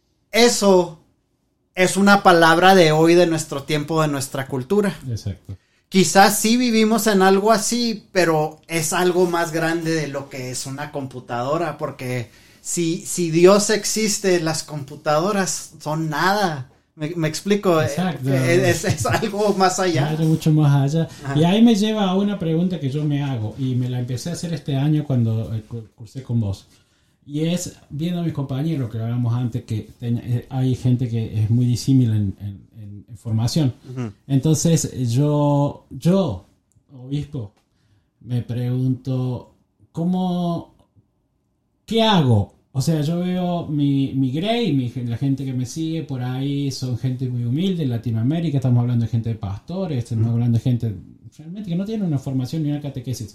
Eso es una palabra de hoy, de nuestro tiempo, de nuestra cultura. Exacto. Quizás sí vivimos en algo así, pero es algo más grande de lo que es una computadora, porque si, si Dios existe, las computadoras son nada. Me, me explico. Exacto. Es, es algo más allá. Claro, mucho más allá. Ajá. Y ahí me lleva a una pregunta que yo me hago, y me la empecé a hacer este año cuando eh, cursé con vos. Y es, viendo a mis compañeros, que hablábamos antes, que ten, hay gente que es muy disímil en, en, en formación. Uh-huh. Entonces, yo, yo, obispo, me pregunto, ¿cómo, qué hago? O sea, yo veo mi, mi grey, mi, la gente que me sigue por ahí, son gente muy humilde en Latinoamérica, estamos hablando de gente de pastores, estamos uh-huh. hablando de gente realmente que no tiene una formación ni una catequesis.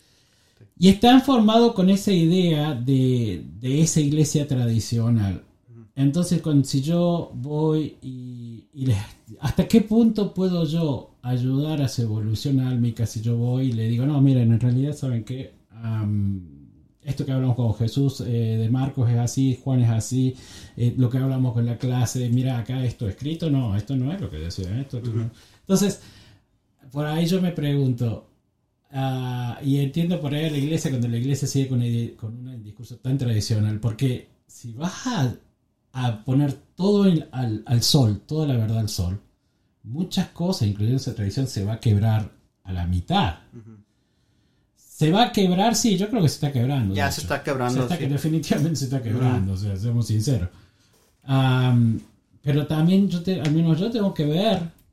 Y están formados con esa idea de, de esa iglesia tradicional. Entonces, cuando, si yo voy y, y les, ¿hasta qué punto puedo yo ayudar a su evolución álmica? Si yo voy y le digo, no, miren, en realidad, ¿saben qué? Um, esto que hablamos con Jesús eh, de Marcos es así, Juan es así, eh, lo que hablamos con la clase, mira acá esto escrito, no, esto no es lo que decía esto. Uh-huh. No. Entonces, por ahí yo me pregunto, Uh, y entiendo por ahí a la iglesia cuando la iglesia sigue con, el, con un discurso tan tradicional, porque si vas a, a poner todo el, al, al sol, toda la verdad al sol, muchas cosas, incluyendo esa tradición, se va a quebrar a la mitad. Uh-huh. Se va a quebrar, sí, yo creo que se está quebrando. Ya se está quebrando. Se está, sí. Definitivamente se está quebrando, uh-huh. O sea, seamos sinceros. Um, pero también, yo te, al menos yo tengo que ver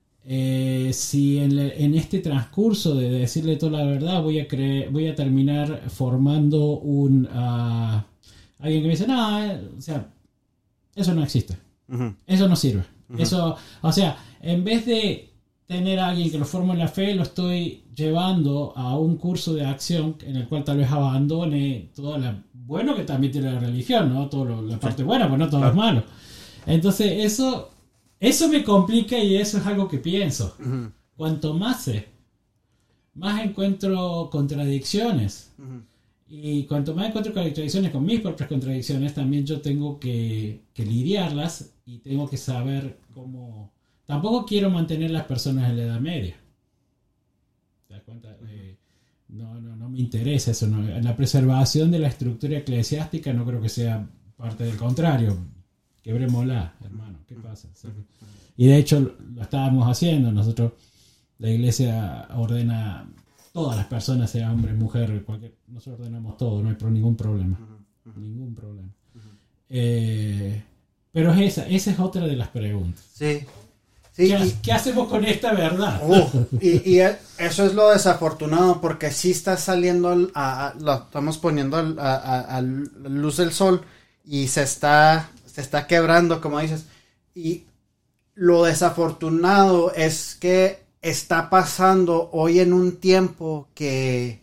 Eh, si en, le, en este transcurso de decirle toda la verdad voy a creer, voy a terminar formando un uh, alguien que me dice no, eh, o sea, eso no existe, uh-huh. Eso no sirve, Uh-huh. Eso, o sea, en vez de tener a alguien que lo forme en la fe, lo estoy llevando a un curso de acción en el cual tal vez abandone todo lo bueno que también tiene la religión, ¿no? Todo lo, la parte buena, pues no todo es malo. Entonces, eso, eso me complica y eso es algo que pienso. Uh-huh. Cuanto más sé, más encuentro contradicciones. Uh-huh. Y cuanto más encuentro contradicciones con mis propias contradicciones, también yo tengo que, que lidiarlas y tengo que saber cómo... Tampoco quiero mantener las personas en la Edad Media. ¿Te das cuenta? Eh, no, no, no me interesa eso. No. La preservación de la estructura eclesiástica no creo que sea parte del contrario. Quebrémosla, hermano. ¿Qué pasa? Y de hecho lo estábamos haciendo. Nosotros, la iglesia ordena todas las personas, sea hombre, mujer, cualquier, nosotros ordenamos todo, no hay pro, ningún problema. Uh-huh, uh-huh. Ningún problema. Uh-huh. Eh, pero esa, esa es otra de las preguntas. Sí. sí ¿Qué, y, ¿Qué hacemos con esta verdad? Uh, y, y eso es lo desafortunado, porque sí está saliendo, a, a, lo estamos poniendo a, a, a luz del sol y se está, se está quebrando, como dices. Y lo desafortunado es que está pasando hoy en un tiempo que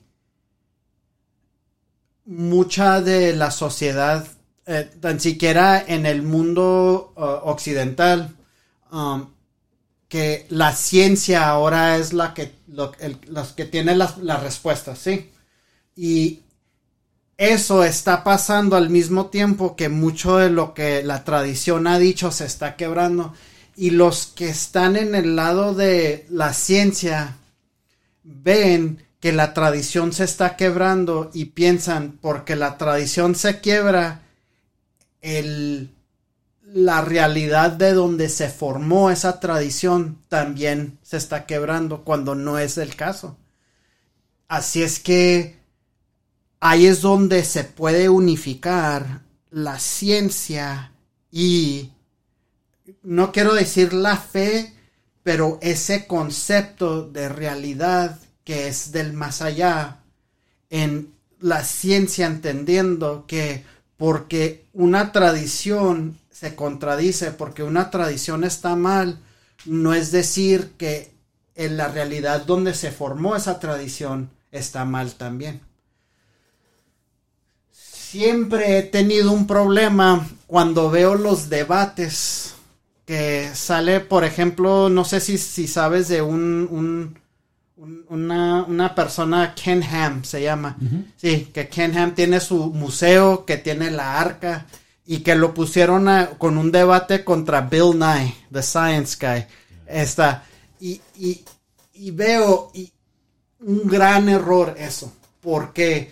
mucha de la sociedad, eh, tan siquiera en el mundo uh, occidental, um, que la ciencia ahora es la que, lo, el, los que tiene las, las respuestas, ¿sí? Y eso está pasando al mismo tiempo que mucho de lo que la tradición ha dicho se está quebrando. Y los que están en el lado de la ciencia ven que la tradición se está quebrando y piensan, porque la tradición se quiebra, el, la realidad de donde se formó esa tradición también se está quebrando, cuando no es el caso. Así es que ahí es donde se puede unificar la ciencia y... no quiero decir la fe, pero ese concepto de realidad que es del más allá, en la ciencia entendiendo que porque una tradición se contradice, porque una tradición está mal, no es decir que en la realidad donde se formó esa tradición está mal también. Siempre he tenido un problema cuando veo los debates que sale, por ejemplo, no sé si, si sabes de un, un, un una, una persona, Ken Ham se llama. Uh-huh. Sí, que Ken Ham tiene su museo, que tiene la arca, y que lo pusieron a, con un debate contra Bill Nye, the Science Guy. Esta, y, y, y veo y un gran error eso, porque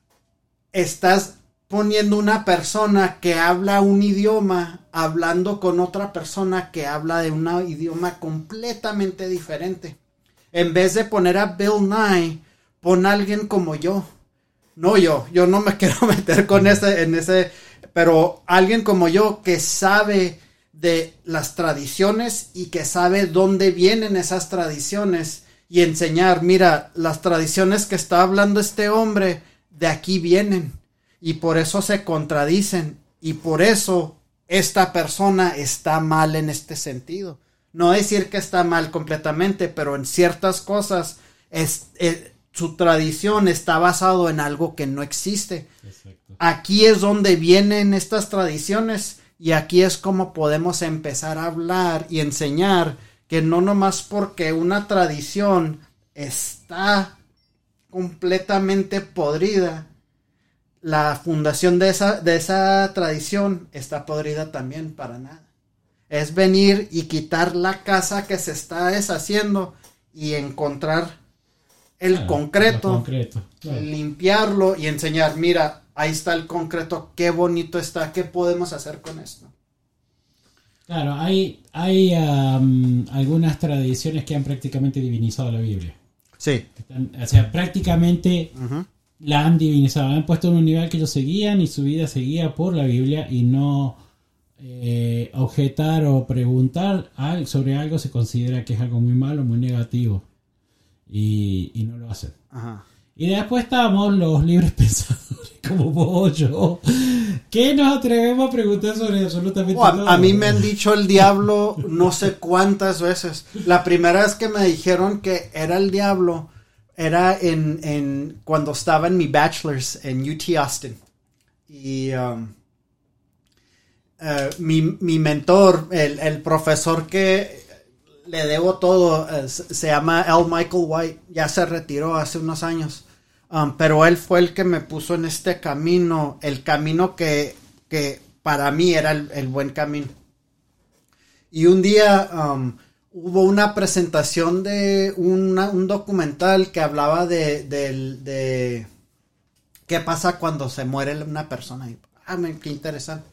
estás poniendo una persona que habla un idioma, hablando con otra persona que habla de un idioma completamente diferente. En vez de poner a Bill Nye, pon a alguien como yo. No yo, yo no me quiero meter con ese, en ese, pero alguien como yo que sabe de las tradiciones y que sabe dónde vienen esas tradiciones y enseñar, mira, las tradiciones que está hablando este hombre, de aquí vienen. Y por eso se contradicen. Y por eso esta persona está mal en este sentido. No decir que está mal completamente, pero en ciertas cosas es, es, su tradición está basado en algo que no existe. Exacto. Aquí es donde vienen estas tradiciones y aquí es como podemos empezar a hablar y enseñar que no nomás porque una tradición está completamente podrida, la fundación de esa, de esa tradición está podrida también, para nada. Es venir y quitar la casa que se está deshaciendo y encontrar el claro, concreto, concreto claro. Limpiarlo y enseñar, mira, ahí está el concreto, qué bonito está, qué podemos hacer con esto. Claro, hay, hay um, algunas tradiciones que han prácticamente divinizado la Biblia. Sí. Están, o sea, prácticamente... Uh-huh. La han divinizado, la han puesto en un nivel que ellos seguían y su vida seguía por la Biblia y no eh, objetar o preguntar sobre algo se considera que es algo muy malo, muy negativo y, y no lo hacen. Ajá. Y después estamos los libres pensadores como vos, yo, ¿Qué nos atrevemos a preguntar sobre absolutamente oh, a, todo? a mí me han dicho el diablo no sé cuántas veces. La primera vez que me dijeron que era el diablo era en, en cuando estaba en mi bachelor's en U T Austin. Y um, uh, mi, mi mentor, el, el profesor que le debo todo, uh, se llama L. Michael White. Ya se retiró hace unos años. Um, pero él fue el que me puso en este camino, el camino que, que para mí era el, el buen camino. Y un día um, hubo una presentación de una, un documental que hablaba de, de, de qué pasa cuando se muere una persona. Y, ah, qué interesante.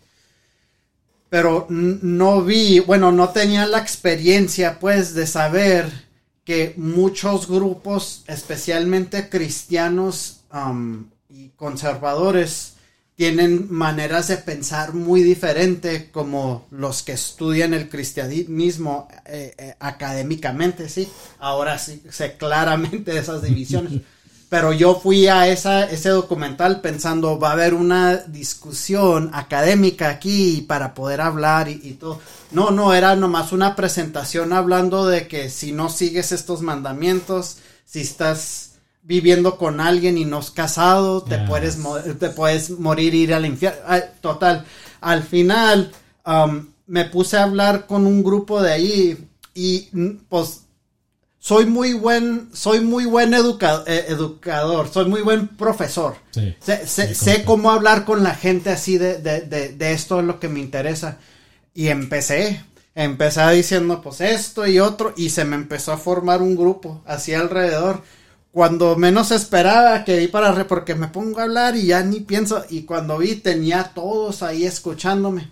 Pero no vi, bueno, no tenía la experiencia, pues, de saber que muchos grupos, especialmente cristianos um, y conservadores, tienen maneras de pensar muy diferentes como los que estudian el cristianismo eh, eh, académicamente, sí. Ahora sí sé claramente esas divisiones. Pero yo fui a esa, ese documental pensando, va a haber una discusión académica aquí para poder hablar y, y todo. No, no, era nomás una presentación hablando de que si no sigues estos mandamientos, si estás viviendo con alguien y no has casado, te, yes. puedes, te puedes morir e ir al infierno. Total, al final um, me puse a hablar con un grupo de ahí y pues... Soy muy buen, soy muy buen educa, eh, educador, soy muy buen profesor. Sí, sé, sé, sé cómo hablar con la gente así de, de, de, de esto es lo que me interesa. Y empecé, empecé diciendo pues esto y otro y se me empezó a formar un grupo así alrededor. Cuando menos esperaba que vi para re, porque me pongo a hablar y ya ni pienso. Y cuando vi tenía a todos ahí escuchándome.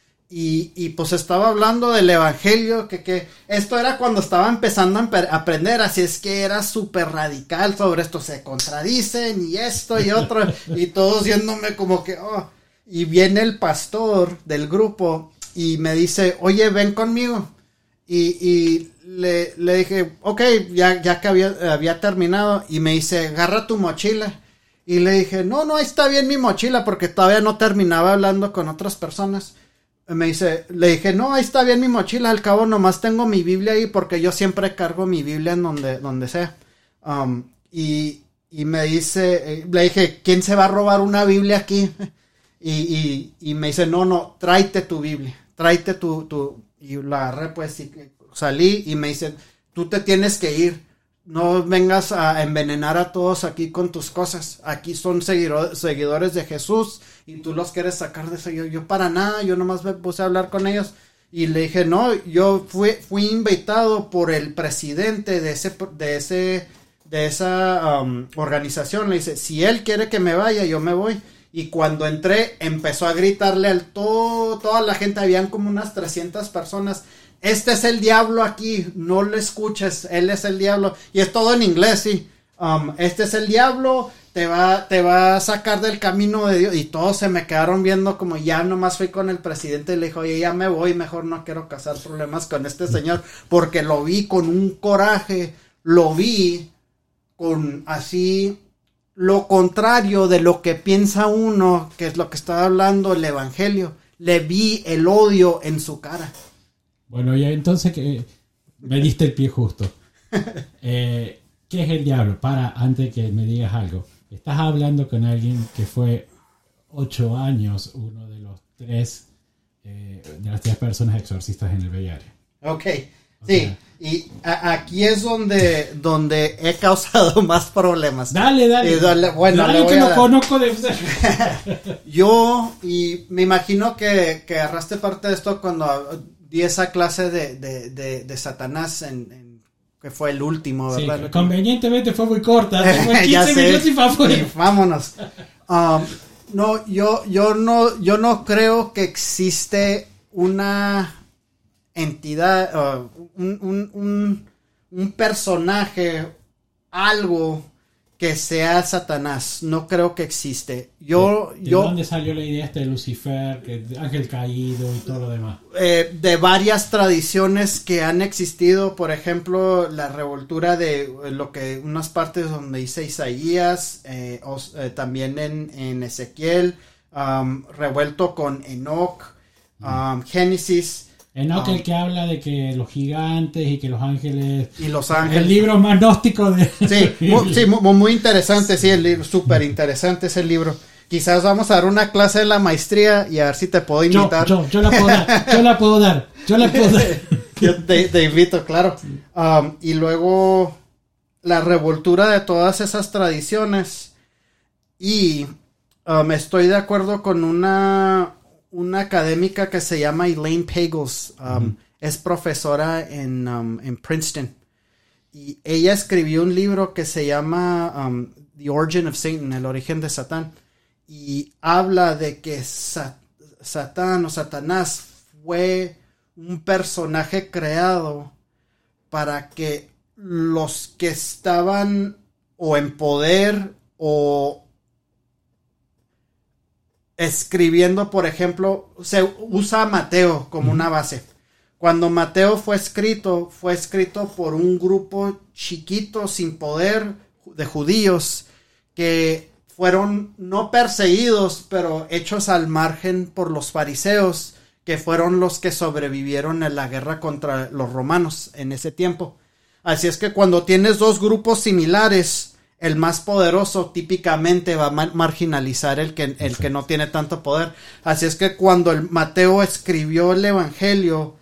Y, y pues estaba hablando del evangelio, que, que esto era cuando estaba empezando a empe- aprender, así es que era súper radical sobre esto, se contradicen y esto y otro, y todos viéndome como que, oh, y viene el pastor del grupo y me dice, oye, ven conmigo, y, y le, le dije, ok, ya, ya que había, había terminado, y me dice, agarra tu mochila, y le dije, no, no, ahí está bien mi mochila, porque todavía no terminaba hablando con otras personas. Me dice, le dije, no, ahí está bien mi mochila, al cabo nomás tengo mi Biblia ahí porque yo siempre cargo mi Biblia en donde, donde sea. Um, y, y me dice, le dije, ¿quién se va a robar una Biblia aquí? Y, y, y me dice, no, no, tráete tu Biblia, tráete tu, tu, y la agarré pues y salí y me dice, tú te tienes que ir. No vengas a envenenar a todos aquí con tus cosas. Aquí son seguidor, seguidores de Jesús y tú los quieres sacar de eso. Yo, yo para nada, yo nomás me puse a hablar con ellos y le dije, no, yo fui, fui invitado por el presidente de ese, de ese, de esa um, organización. Le dice, si él quiere que me vaya, yo me voy. Y cuando entré, empezó a gritarle al todo, toda la gente, habían como unas trescientas personas. Este es el diablo aquí, no lo escuches, él es el diablo. Y es todo en inglés, sí. Um, este es el diablo, te va, te va a sacar del camino de Dios. Y todos se me quedaron viendo como ya nomás fui con el presidente y le dijo, oye, ya me voy, mejor no quiero causar problemas con este señor. Porque lo vi con un coraje, lo vi con así lo contrario de lo que piensa uno, que es lo que estaba hablando el evangelio. Le vi el odio en su cara. Bueno, ya entonces que me diste el pie justo. Eh, ¿Qué es el diablo? Para, antes que me digas algo. Estás hablando con alguien que fue ocho años uno de los tres, eh, de las tres personas exorcistas en el Bay Ok, o sí. Sea, y a, aquí es donde, donde he causado más problemas. Dale, dale. dale bueno, dale le voy que a no conozco de Yo, y me imagino que, que agarraste parte de esto cuando di esa clase de, de, de, de Satanás en, en que fue el último, ¿verdad? Sí, convenientemente fue muy corta, fue quince sé, minutos y fue afuera. Y vámonos. Um, no, yo, yo no, yo no creo que existe una entidad, uh, un, un, un, un personaje, algo que sea Satanás. No creo que existe. Yo, ¿De, de yo, dónde salió la idea este de Lucifer, que ángel caído y todo lo demás? Eh, de varias tradiciones que han existido, por ejemplo, la revoltura de lo que unas partes donde dice Isaías, eh, o, eh, también en, en Ezequiel, um, revuelto con Enoch, um, Génesis. Enoch, um, el que habla de que los gigantes y que los ángeles... Y los ángeles. El libro más gnóstico de... Sí, muy, sí, muy, muy interesante, sí, el libro, súper interesante ese libro. Quizás vamos a dar una clase de la maestría y a ver si te puedo invitar. Yo, yo, yo la puedo dar, yo la puedo dar, yo la puedo dar. Yo te, te invito, claro. Um, y luego la revoltura de todas esas tradiciones. Y um, estoy de acuerdo con una, una académica que se llama Elaine Pagels. Um, uh-huh. Es profesora en, um, en Princeton. Y ella escribió un libro que se llama um, The Origin of Satan, el origen de Satán. Y habla de que Sat- Satán o Satanás fue un personaje creado para que los que estaban o en poder o escribiendo, por ejemplo, se usa a Mateo como una base. Cuando Mateo fue escrito, fue escrito por un grupo chiquito, sin poder, de judíos, que fueron no perseguidos, pero hechos al margen por los fariseos, que fueron los que sobrevivieron en la guerra contra los romanos en ese tiempo. Así es que cuando tienes dos grupos similares, el más poderoso típicamente va a mar- marginalizar el que, el que no tiene tanto poder. Así es que cuando el Mateo escribió el Evangelio,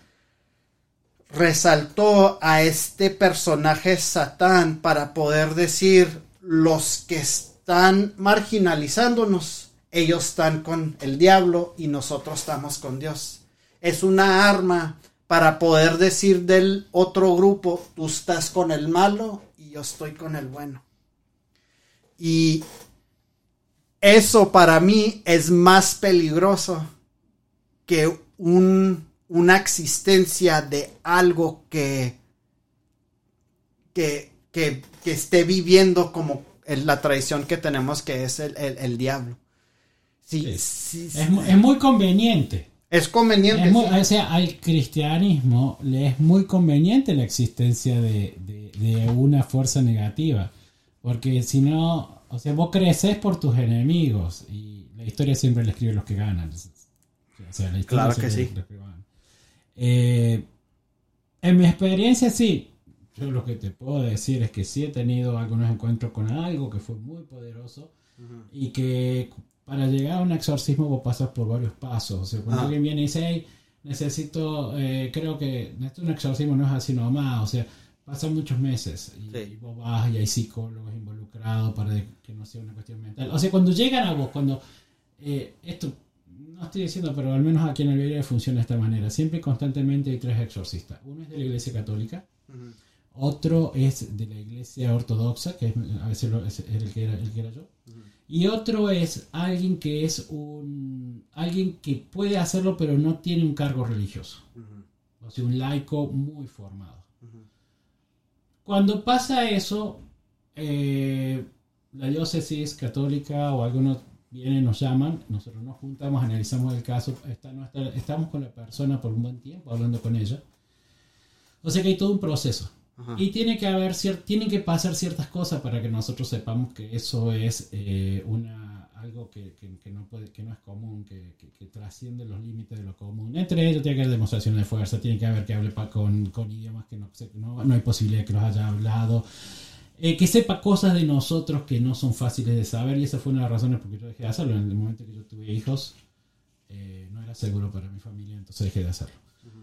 resaltó a este personaje Satán para poder decir, los que están marginalizándonos, ellos están con el diablo y nosotros estamos con Dios. Es una arma para poder decir del otro grupo, tú estás con el malo y yo estoy con el bueno. Y eso para mí es más peligroso que un, una existencia de algo que, que, que, que esté viviendo como el, la tradición que tenemos, que es el, el, el diablo. Sí, Sí. sí, Es, sí. mu- es muy conveniente. Es conveniente. Es muy- sí. o sea, al cristianismo le es muy conveniente la existencia de, de, de una fuerza negativa. Porque si no, o sea, vos creces por tus enemigos. Y la historia siempre la escriben los que ganan. O sea, la historia Claro que siempre sí. los que ganan. Eh, en mi experiencia, sí. Yo lo que te puedo decir es que sí he tenido algunos encuentros con algo que fue muy poderoso. Uh-huh. Y que para llegar a un exorcismo vos pasas por varios pasos. O sea, cuando ah. alguien viene y dice, hey, necesito, eh, creo que necesito un exorcismo, no es así nomás. O sea, pasan muchos meses y, sí. y vos vas y hay psicólogos involucrados para que no sea una cuestión mental. O sea, cuando llegan a vos, cuando eh, esto, no estoy diciendo, pero al menos aquí en el video funciona de esta manera. Siempre y constantemente hay tres exorcistas. Uno es de la Iglesia Católica. Uh-huh. Otro es de la Iglesia Ortodoxa, que es, a veces lo, es el, que era, el que era yo. Uh-huh. Y otro es alguien que es un alguien que puede hacerlo pero no tiene un cargo religioso. Uh-huh. O sea, un laico muy formado. Uh-huh. Cuando pasa eso, eh, la diócesis católica o algunos vienen, nos llaman, nosotros nos juntamos, analizamos el caso, está, no está, estamos con la persona por un buen tiempo hablando con ella. O sea que hay todo un proceso. Ajá. Y tiene que haber cier- tienen que pasar ciertas cosas para que nosotros sepamos que eso es eh, una algo que, que, que no puede, que no es común, que, que, que trasciende los límites de lo común. Entre ellos tiene que haber demostración de fuerza, tiene que haber que hable pa- con, con idiomas que no, no, no hay posibilidad de que los haya hablado, eh, que sepa cosas de nosotros que no son fáciles de saber, y esa fue una de las razones por que yo dejé de hacerlo. En el momento que yo tuve hijos, eh, no era seguro para mi familia, entonces dejé de hacerlo.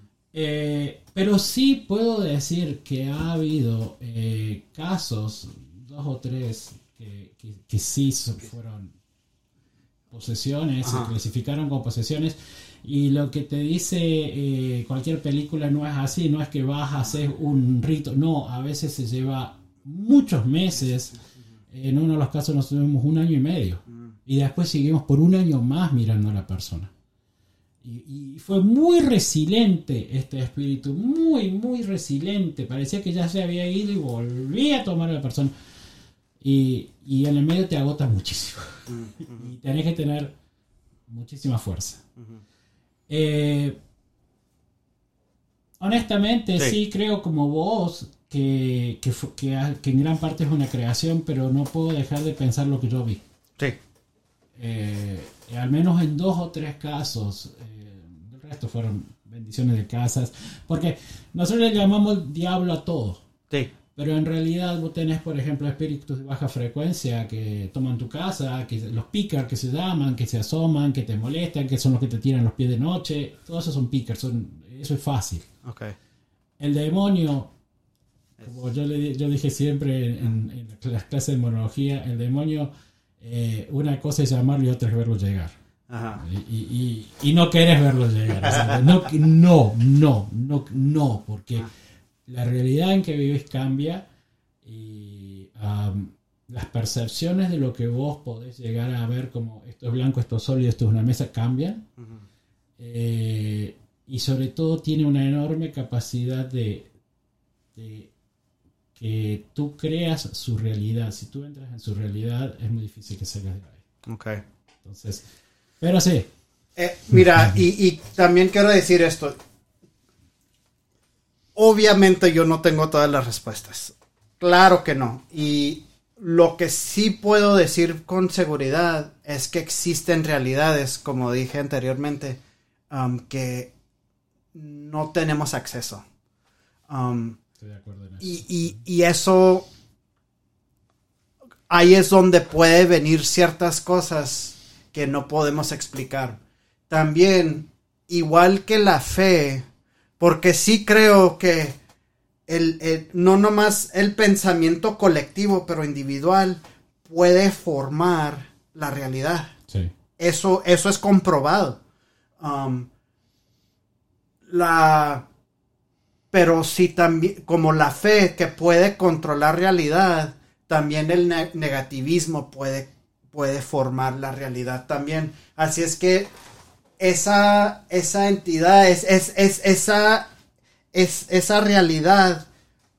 Eh, pero sí puedo decir que ha habido eh, casos, dos o tres, que, que, que sí fueron posesiones, Ajá. se clasificaron como posesiones, y lo que te dice eh, cualquier película no es así, no es que vas a hacer un rito, no, a veces se lleva muchos meses. En uno de los casos nos tuvimos un año y medio, y después seguimos por un año más mirando a la persona. Y, y fue muy resiliente este espíritu, muy, muy resiliente. Parecía que ya se había ido y volvía a tomar a la persona. Y, y en el medio te agota muchísimo. Uh-huh. Y tenés que tener muchísima fuerza. Uh-huh. Eh, honestamente, sí. sí creo como vos que, que, que, que en gran parte es una creación, pero no puedo dejar de pensar lo que yo vi. Sí. eh, al menos en dos o tres casos, eh, el resto fueron bendiciones de casas, porque nosotros le llamamos diablo a todo. Sí. Pero en realidad vos tenés, por ejemplo, espíritus de baja frecuencia que toman tu casa, que los pickers que se llaman, que se asoman, que te molestan, que son los que te tiran los pies de noche. Todos esos son pickers, son, eso es fácil. Okay. El demonio, como yo, le, yo dije siempre en, en las clases de monología, el demonio, eh, una cosa es llamarlo y otra es verlo llegar. Ajá. Y, y, y, y no querés verlo llegar. O sea, no, no, no, no, no, porque... La realidad en que vives cambia y um, las percepciones de lo que vos podés llegar a ver como esto es blanco, esto es sólido, esto es una mesa, cambian. Uh-huh. Eh, y sobre todo tiene una enorme capacidad de, de que tú creas su realidad. Si tú entras en su realidad es muy difícil que salgas de ahí. Okay. Entonces, pero sí. Eh, mira, y, y también quiero decir esto. Obviamente yo no tengo todas las respuestas. Claro que no. Y lo que sí puedo decir con seguridad es que existen realidades, como dije anteriormente, um, que no tenemos acceso. Um, Estoy de acuerdo en eso. Y, y, y eso, ahí es donde puede venir ciertas cosas que no podemos explicar. También, igual que la fe... Porque sí creo que el, el, no nomás el pensamiento colectivo, pero individual, puede formar la realidad. Sí. Eso, eso es comprobado. Um, la, pero sí también, como la fe que puede controlar realidad, también el ne- negativismo puede, puede formar la realidad también. Así es que Esa, esa entidad, es, es, es, esa, es, esa realidad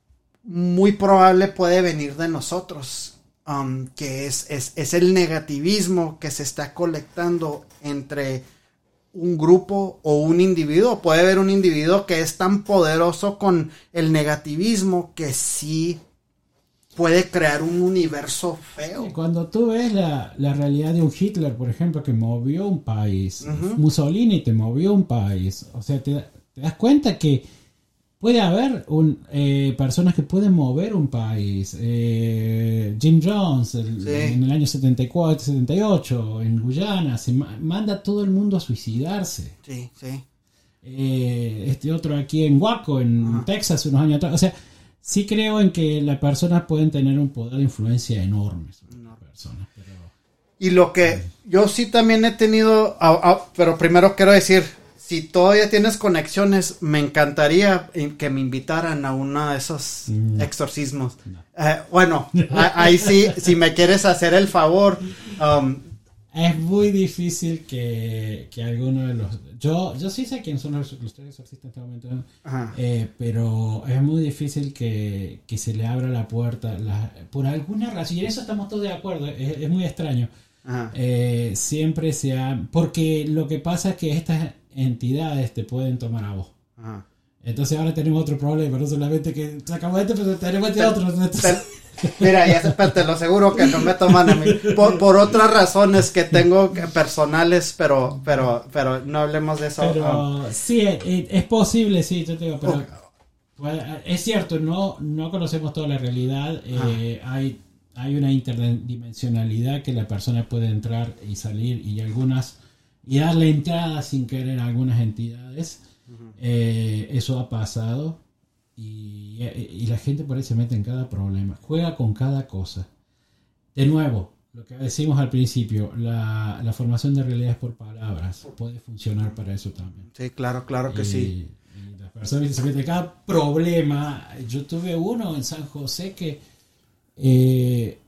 muy probable puede venir de nosotros, um, que es, es, es el negativismo que se está colectando entre un grupo o un individuo. Puede haber un individuo que es tan poderoso con el negativismo que sí puede crear un universo feo. Sí, cuando tú ves la, la realidad de un Hitler, por ejemplo, que movió un país, uh-huh. Mussolini te movió un país, o sea, te, te das cuenta que puede haber un, eh, personas que pueden mover un país. Eh, Jim Jones, el, sí. en el año setenta y cuatro, setenta y ocho, en Guyana, se ma- manda a todo el mundo a suicidarse. Sí, sí. Eh, este otro aquí en Waco, en uh-huh. Texas, unos años atrás, o sea, sí creo en que las personas pueden tener un poder de influencia enorme sobre no. las personas. Pero... Y lo que sí. yo sí también he tenido, a, a, pero primero quiero decir, si todavía tienes conexiones, me encantaría que me invitaran a uno de esos no. exorcismos. No. Eh, bueno, a, ahí sí, si me quieres hacer el favor. Um, es muy difícil que, que alguno de los... Yo yo sí sé quiénes son los, los tres exorcistas en este momento, eh, pero es muy difícil que, que se le abra la puerta. La, por alguna razón, y en eso estamos todos de acuerdo, es, es muy extraño. Eh, siempre se ha... Porque lo que pasa es que estas entidades te pueden tomar a vos. Ajá. Entonces ahora tenemos otro problema, no solamente que sacamos este, pero tenemos este otro. Entonces... Mira, ya se, te lo aseguro que no me toman a mí. Por, por otras razones que tengo personales, pero pero pero no hablemos de eso. Pero um, sí, es, es posible, sí, yo te digo, pero okay. Es cierto, no no conocemos toda la realidad. Eh, hay hay una interdimensionalidad que la persona puede entrar y salir y algunas y darle entrada sin querer a algunas entidades. Uh-huh. Eh, eso ha pasado. Y, y la gente por ahí se mete en cada problema, juega con cada cosa. De nuevo, lo que decimos al principio, la, la formación de realidades por palabras puede funcionar para eso también. Sí, claro, claro que y, sí. Y las personas se meten en cada problema. Yo tuve uno en San José que eh,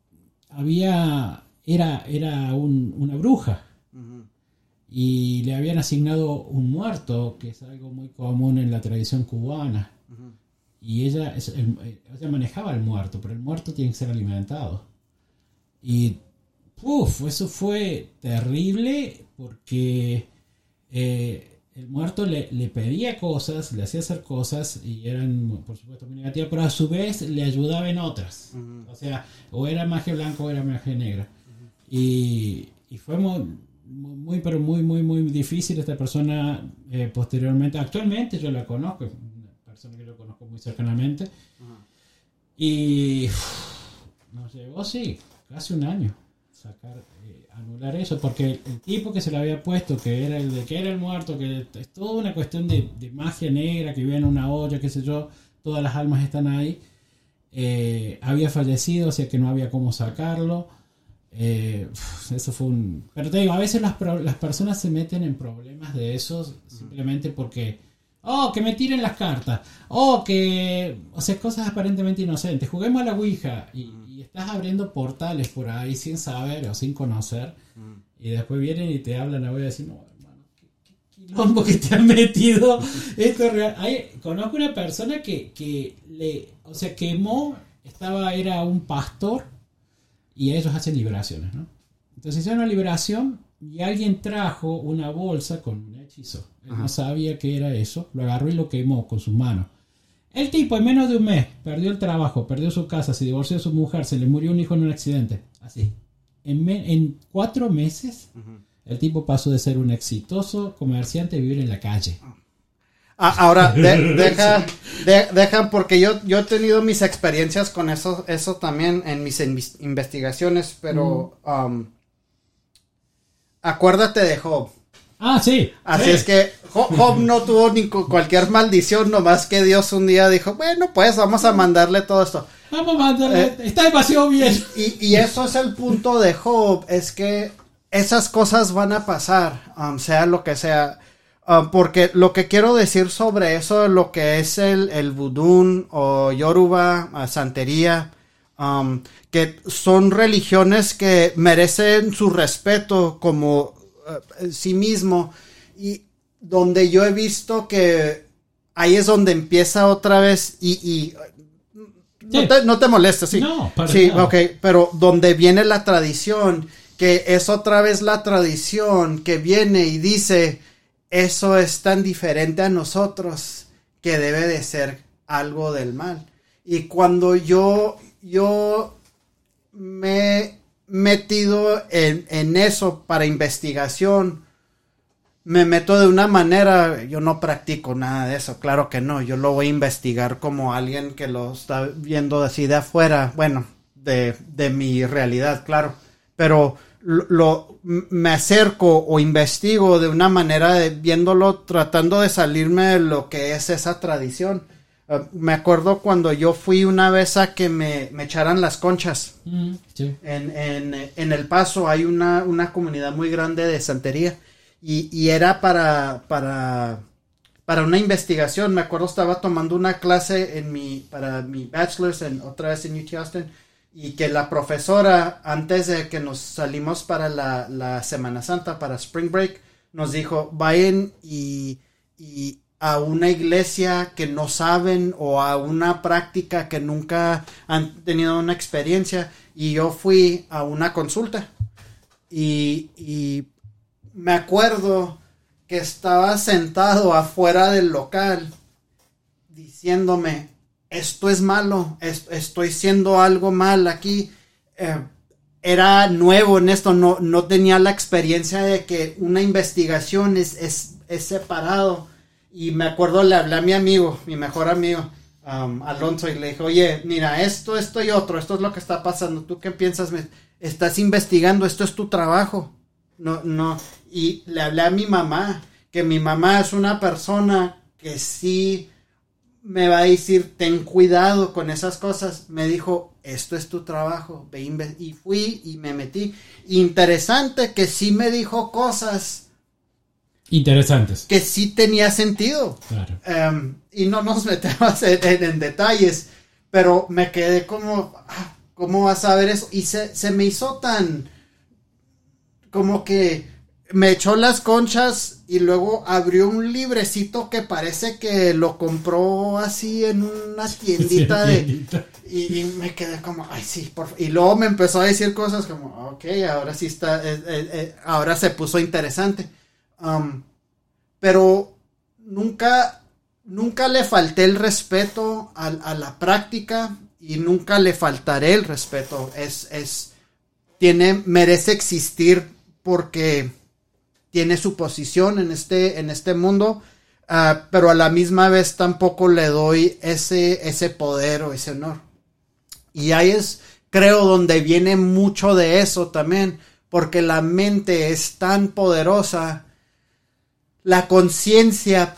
había era, era un, una bruja. Uh-huh. Y le habían asignado un muerto, que es algo muy común en la tradición cubana. Uh-huh. Y ella, es, el, ella manejaba el muerto, pero el muerto tiene que ser alimentado. Y uf, eso fue terrible porque eh, el muerto le, le pedía cosas, le hacía hacer cosas y eran, por supuesto, muy negativas, pero a su vez le ayudaba en otras. Uh-huh. O sea, o era magia blanca o era magia negra. Uh-huh. Y, y fue muy, muy, pero muy, muy, muy difícil esta persona eh, posteriormente. Actualmente yo la conozco, es una persona que yo conozco muy cercanamente. Uh-huh. Y uff, nos llevó, sí, casi un año sacar, eh, anular eso, porque el, el tipo que se le había puesto, que era el de que era el muerto, que es toda una cuestión de, de magia negra, que vive en una olla, qué sé yo, todas las almas están ahí, eh, había fallecido, o sea que no había cómo sacarlo. Eh, eso fue un... Pero te digo, a veces las, pro... las personas se meten en problemas de esos simplemente porque... Oh, que me tiren las cartas. Oh, que... O sea, cosas aparentemente inocentes. Juguemos a la Ouija y, y estás abriendo portales por ahí sin saber o sin conocer. Y después vienen y te hablan a voy a decir, no, hermano, qué, qué quilombo que te han metido. Esto es real. Hay, conozco una persona que, que le... O sea, quemó... Estaba, era un pastor... Y ellos hacen liberaciones, ¿no? Entonces hicieron una liberación y alguien trajo una bolsa con un hechizo. Él Ajá. no sabía qué era eso. Lo agarró y lo quemó con sus manos. El tipo en menos de un mes perdió el trabajo, perdió su casa, se divorció de su mujer, se le murió un hijo en un accidente. Así. En, me- en cuatro meses, uh-huh. el tipo pasó de ser un exitoso comerciante a vivir en la calle. Ah, ahora, de, deja, de, deja, porque yo, yo he tenido mis experiencias con eso, eso también en mis in- investigaciones, pero mm. um, acuérdate de Job. Ah, sí. Así sí. es que Job, Job no tuvo ni cualquier maldición, nomás que Dios un día dijo, bueno, pues vamos a mandarle todo esto. Vamos a mandarle, eh, está demasiado bien. Y, y eso es el punto de Job, es que esas cosas van a pasar, um, sea lo que sea. Um, porque lo que quiero decir sobre eso, lo que es el, el vudú o yoruba, uh, santería, um, que son religiones que merecen su respeto como uh, sí mismo, y donde yo he visto que ahí es donde empieza otra vez y, y no, sí. te, no te molestes, sí, no, para sí, nada. okay, pero donde viene la tradición, que es otra vez la tradición que viene y dice eso es tan diferente a nosotros que debe de ser algo del mal. Y cuando yo, yo me he metido en, en eso para investigación, me meto de una manera, yo no practico nada de eso, claro que no, yo lo voy a investigar como alguien que lo está viendo así de afuera, bueno, de, de mi realidad, claro, pero lo, lo me acerco o investigo de una manera de viéndolo, tratando de salirme de lo que es esa tradición. Uh, me acuerdo cuando yo fui una vez a que me, me echaran las conchas. Mm, sí. En, en, en El Paso hay una, una comunidad muy grande de santería y, y era para, para, para una investigación. Me acuerdo estaba tomando una clase en mi, para mi bachelor's en, otra vez en U T Austin. Y que la profesora, antes de que nos salimos para la, la Semana Santa, para Spring Break, nos dijo, vayan y, y a una iglesia que no saben o a una práctica que nunca han tenido una experiencia. Y yo fui a una consulta. Y, y me acuerdo que estaba sentado afuera del local diciéndome, esto es malo, est- estoy haciendo algo mal aquí. Eh, era nuevo en esto, no, no tenía la experiencia de que una investigación es, es, es separado. Y me acuerdo, le hablé a mi amigo, mi mejor amigo, um, Alonso, y le dije, oye, mira, esto, esto y otro, esto es lo que está pasando. ¿Tú qué piensas? Me, estás investigando, esto es tu trabajo. No, no. Y le hablé a mi mamá, que mi mamá es una persona que sí me va a decir, ten cuidado con esas cosas. Me dijo, esto es tu trabajo, ve inve-. Y fui y me metí. Interesante que sí me dijo cosas interesantes, que sí tenía sentido. Claro. Um, y no nos metemos en, en, en detalles, pero me quedé como, ah, ¿cómo vas a ver eso? Y se, se me hizo tan, como que me echó las conchas y luego abrió un librecito que parece que lo compró así en una tiendita sí, de tiendita. Y, y me quedé como, ay sí, por favor. Y luego me empezó a decir cosas como, ok, ahora sí está, eh, eh, eh, ahora se puso interesante. Um, pero nunca, nunca le falté el respeto a, a la práctica y nunca le faltaré el respeto. Es, es, tiene, merece existir porque tiene su posición en este, en este mundo, uh, pero a la misma vez tampoco le doy ese, ese poder o ese honor. Y ahí es, creo, donde viene mucho de eso también, porque la mente es tan poderosa. La conciencia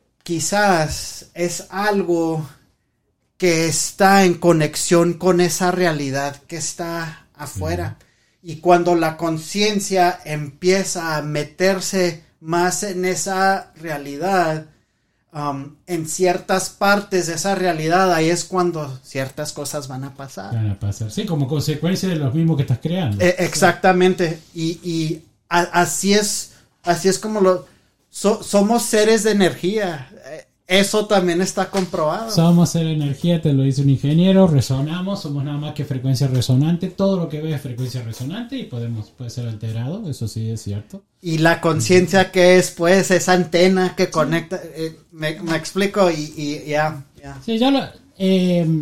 quizás es algo que está en conexión con esa realidad que está afuera. Mm. Y cuando la conciencia empieza a meterse más en esa realidad, um, en ciertas partes de esa realidad, ahí es cuando ciertas cosas van a pasar. Van a pasar, sí, como consecuencia de lo mismo que estás creando. Eh, exactamente. Y, y a, así es, así es como lo... So, somos seres de energía. Eso también está comprobado. Somos seres de energía, te lo dice un ingeniero. Resonamos, somos nada más que frecuencia resonante. Todo lo que ves es frecuencia resonante y podemos, puede ser alterado. Eso sí es cierto. Y la conciencia que es, pues, esa antena que conecta. Eh, me, me explico y, y ya. Yeah. Sí, ya lo. Eh,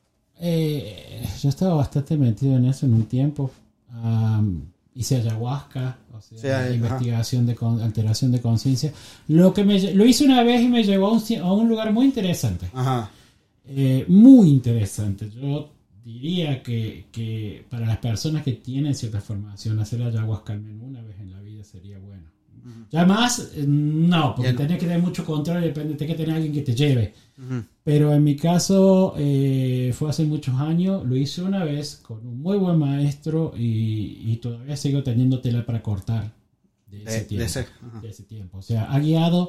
eh, yo estaba bastante metido en eso en un tiempo. Um, hice ayahuasca. O sea, sí, hay, investigación ajá. de con, alteración de conciencia. Lo que me lo hice una vez y me llevó a un, a un lugar muy interesante. Ajá. Eh, muy interesante. Yo diría que, que para las personas que tienen cierta formación, hacer ayahuasca al menos una vez en la vida sería bueno. Uh-huh. Ya más, no, porque tenés que tener mucho control y depende, tenés que tener alguien que te lleve. Uh-huh. Pero en mi caso, eh, fue hace muchos años, lo hice una vez con un muy buen maestro y, y todavía sigo teniendo tela para cortar de ese, de, tiempo, de, ese, uh-huh. de ese tiempo. O sea, ha guiado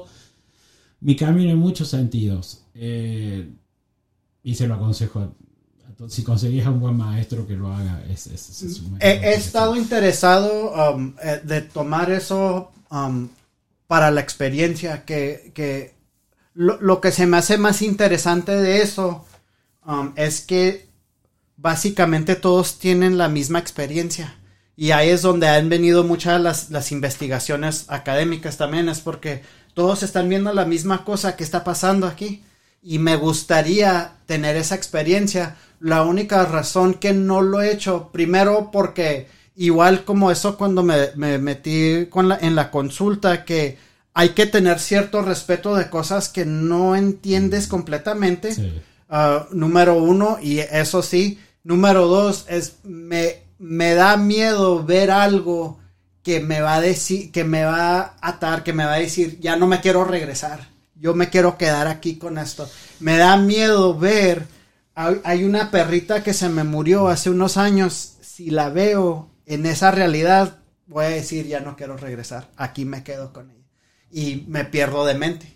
mi camino en muchos sentidos. Eh, y se lo aconsejo. Si conseguís a un buen maestro que lo haga, es, es, es, es he, he estado interesado um, de tomar eso um, para la experiencia, que, que lo, lo que se me hace más interesante de eso um, es que básicamente todos tienen la misma experiencia, y ahí es donde han venido muchas las, las investigaciones académicas también, es porque todos están viendo la misma cosa que está pasando aquí, y me gustaría tener esa experiencia. La única razón que no lo he hecho, primero porque igual como eso cuando me, me metí con la, en la consulta, que hay que tener cierto respeto de cosas que no entiendes completamente, sí. uh, número uno, y eso sí, número dos, es me, me da miedo ver algo que me va a decir, que me va a atar, que me va a decir, ya no me quiero regresar, yo me quiero quedar aquí con esto. Me da miedo ver, hay una perrita que se me murió hace unos años, si la veo en esa realidad, voy a decir, ya no quiero regresar, aquí me quedo con ella. Y me pierdo de mente.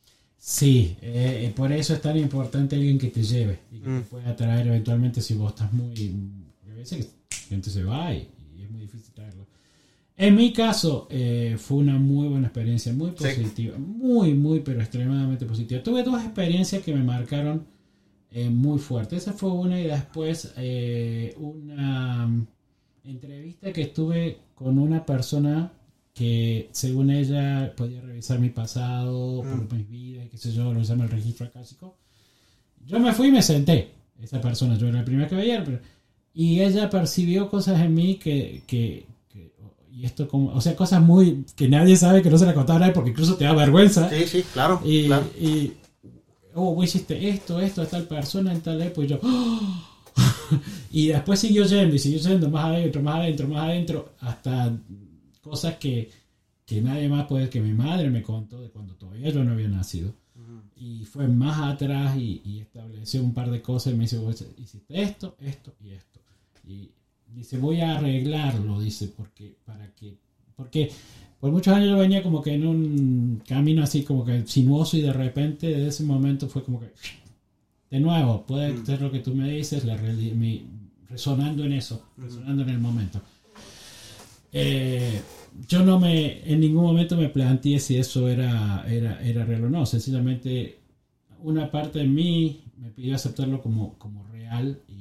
Sí, eh, por eso es tan importante alguien que te lleve y que mm. te pueda traer eventualmente si vos estás muy... A veces la gente se va y, y es muy difícil traerlo. En mi caso, eh, fue una muy buena experiencia, muy positiva, sí. muy, muy, pero extremadamente positiva. Tuve dos experiencias que me marcaron eh, muy fuerte. Esa fue una, y después eh, una um, entrevista que estuve con una persona que, según ella, podía revisar mi pasado, mm. por mis vidas, qué sé yo, lo llama el registro acásico. Yo me fui y me senté. Esa persona, yo era la primera que veía, pero, y ella percibió cosas en mí que... que y esto como, o sea, cosas muy que nadie sabe, que no se la contaba a nadie porque incluso te da vergüenza. Sí, sí, claro. Y, claro. y oh, vos hiciste esto, esto a tal persona en tal época, y yo, ¡oh! Y después siguió yendo y siguió yendo más adentro, más adentro, más adentro, hasta cosas que, que nadie más puede, que mi madre me contó de cuando todavía yo no había nacido. Uh-huh. Y fue más atrás y, y estableció un par de cosas y me dice, vos hiciste esto, esto y esto. Y dice, voy a arreglarlo, dice, porque para que porque por muchos años yo venía como que en un camino así como que sinuoso, y de repente de ese momento fue como que de nuevo, puede mm. ser lo que tú me dices, la, mi, resonando en eso, mm. resonando en el momento. Eh, yo no me, en ningún momento me planteé si eso era, era, era real o no, sencillamente una parte de mí me pidió aceptarlo como, como real y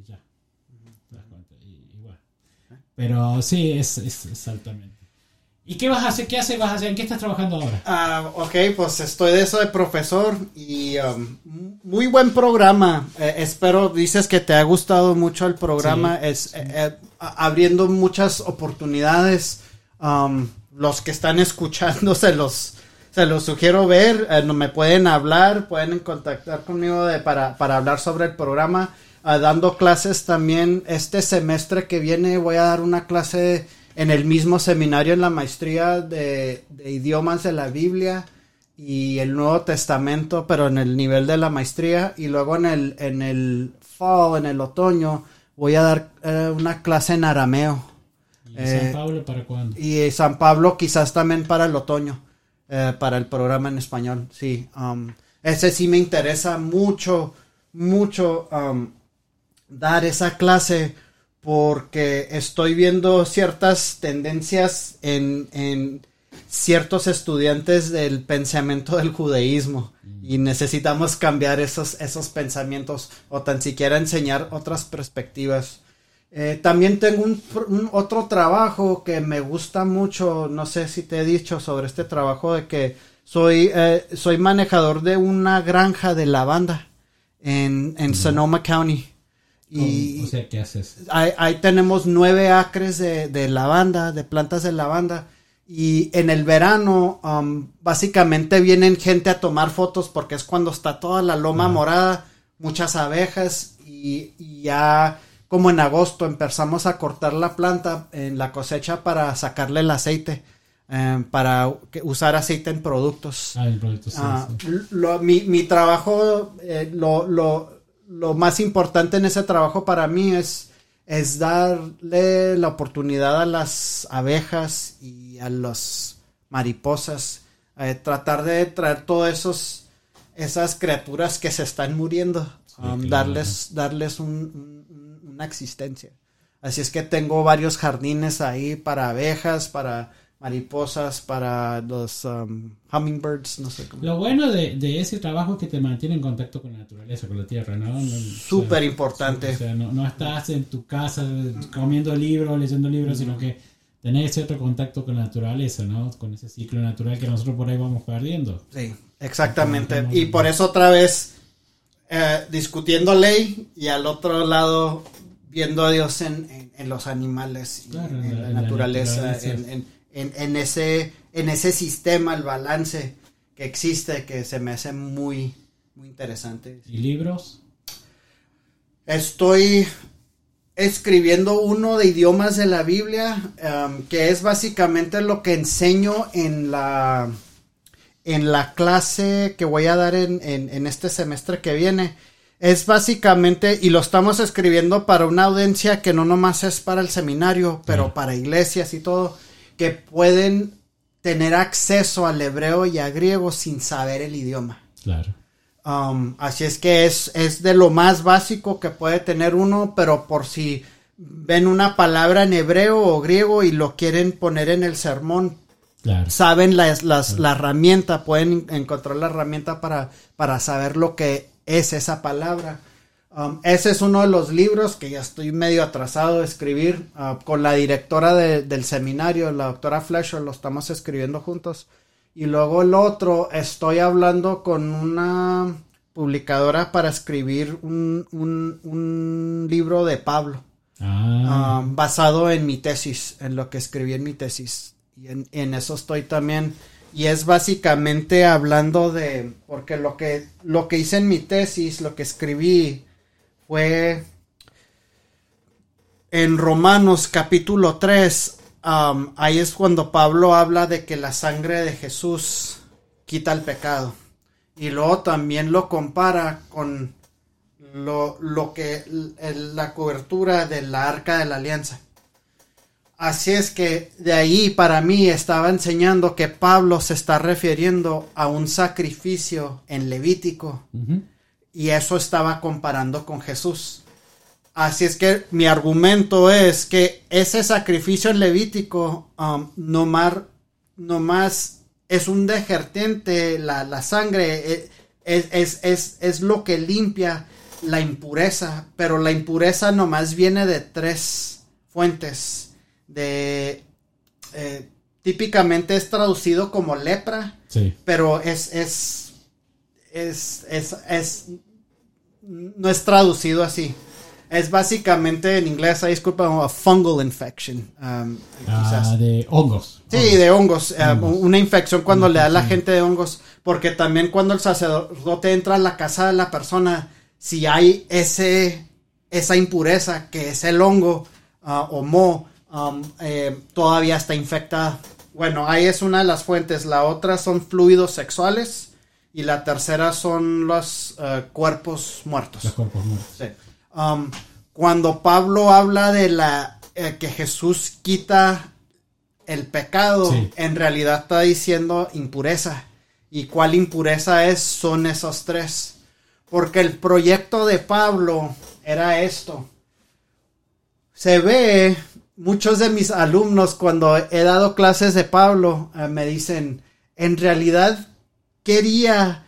pero sí, es, es exactamente. ¿Y qué vas a hacer? ¿Qué haces? ¿Vas a hacer? ¿En qué estás trabajando ahora? Uh, ok, pues estoy de eso de profesor y um, muy buen programa. Eh, espero, dices que te ha gustado mucho el programa. Sí, es sí. Eh, eh, abriendo muchas oportunidades Um, los que están escuchando se los, se los sugiero ver. Eh, no me pueden hablar, pueden contactar conmigo de, para, para hablar sobre el programa. Uh, dando clases también este semestre que viene voy a dar una clase en el mismo seminario en la maestría de, de idiomas de la Biblia y el Nuevo Testamento, pero en el nivel de la maestría. Y luego en el, en el fall, en el otoño, voy a dar uh, una clase en arameo. ¿Y eh, San Pablo para cuándo? Y San Pablo quizás también para el otoño, eh, para el programa en español, sí. Um, ese sí me interesa mucho, mucho um, dar esa clase porque estoy viendo ciertas tendencias en, en ciertos estudiantes del pensamiento del judaísmo mm. y necesitamos cambiar esos, esos pensamientos o tan siquiera enseñar otras perspectivas. Eh, también tengo un, un otro trabajo que me gusta mucho, no sé si te he dicho sobre este trabajo de que soy, eh, soy manejador de una granja de lavanda en, en mm. Sonoma County. Y o sea, ¿qué haces? Ahí, ahí tenemos nueve acres de, de lavanda, de plantas de lavanda. Y en el verano, um, básicamente vienen gente a tomar fotos porque es cuando está toda la loma uh-huh. morada, muchas abejas. Y, y ya como en agosto empezamos a cortar la planta en la cosecha para sacarle el aceite, eh, para que, usar aceite en productos. Ah, en productos, sí, uh, sí. Lo, mi, mi trabajo, eh, lo... lo Lo más importante en ese trabajo para mí es, es darle la oportunidad a las abejas y a las mariposas, eh, tratar de traer todas esos, esas criaturas que se están muriendo, sí, um, claro. darles, darles un, un, una existencia. Así es que tengo varios jardines ahí para abejas, para mariposas, para los um, hummingbirds, no sé cómo. Lo bueno de, de ese trabajo es que te mantiene en contacto con la naturaleza, con la tierra, ¿no? no Súper importante. O sea, no, no estás en tu casa comiendo libros, leyendo libros, mm. sino que tenés cierto contacto con la naturaleza, ¿no? Con ese ciclo natural que nosotros por ahí vamos perdiendo. Sí, exactamente. Y por eso otra vez eh, discutiendo ley y al otro lado viendo a Dios en, en, en los animales, claro, en, en, la, en la naturaleza, la naturaleza. en, en En, en ese en ese sistema, el balance que existe, que se me hace muy muy interesante. ¿Y libros? Estoy escribiendo uno de idiomas de la Biblia, um, que es básicamente lo que enseño en la en la clase que voy a dar en, en, en este semestre que viene. Es básicamente, y lo estamos escribiendo para una audiencia que no nomás es para el seminario, pero sí. para iglesias y todo, que pueden tener acceso al hebreo y a griego sin saber el idioma. Claro. Um, así es que es, es de lo más básico que puede tener uno, pero por si ven una palabra en hebreo o griego y lo quieren poner en el sermón, claro. saben las, las, claro. la herramienta, pueden encontrar la herramienta para, para saber lo que es esa palabra. Um, ese es uno de los libros que ya estoy medio atrasado de escribir uh, con la directora de, del seminario, la doctora Fletcher, lo estamos escribiendo juntos. Y luego el otro, estoy hablando con una publicadora para escribir un, un, un libro de Pablo, ah. um, basado en mi tesis, en lo que escribí en mi tesis. Y en, en eso estoy también. Y es básicamente hablando de, porque lo que, lo que hice en mi tesis, lo que escribí, fue en Romanos capítulo tres, um, ahí es cuando Pablo habla de que la sangre de Jesús quita el pecado. Y luego también lo compara con lo, lo que el, la cobertura de la arca de la alianza. Así es que de ahí para mí estaba enseñando que Pablo se está refiriendo a un sacrificio en Levítico. Uh-huh. Y eso estaba comparando con Jesús. Así es que mi argumento es que ese sacrificio en Levítico um, no, mar, no más es un detergente, la, la sangre es, es, es, es lo que limpia la impureza, pero la impureza nomás viene de tres fuentes. De eh, típicamente es traducido como lepra, sí. pero es, es, es, es, es no es traducido así. es básicamente en inglés, ahí disculpa, a fungal infection. Um, ah, de hongos. Sí, hongos. de hongos, hongos. Uh, una infección cuando una le da a la infección. gente de hongos, porque también cuando el sacerdote entra a la casa de la persona, si hay ese esa impureza que es el hongo uh, o moho, um, eh, todavía está infectada. Bueno, ahí es una de las fuentes. La otra son fluidos sexuales y la tercera son los uh, cuerpos muertos. Los cuerpos muertos. Sí. Um, cuando Pablo habla de la eh, que Jesús quita el pecado, sí. en realidad está diciendo impureza. ¿Y cuál impureza es? Son esos tres. Porque el proyecto de Pablo era esto. Se ve, muchos de mis alumnos cuando he dado clases de Pablo eh, me dicen, en realidad quería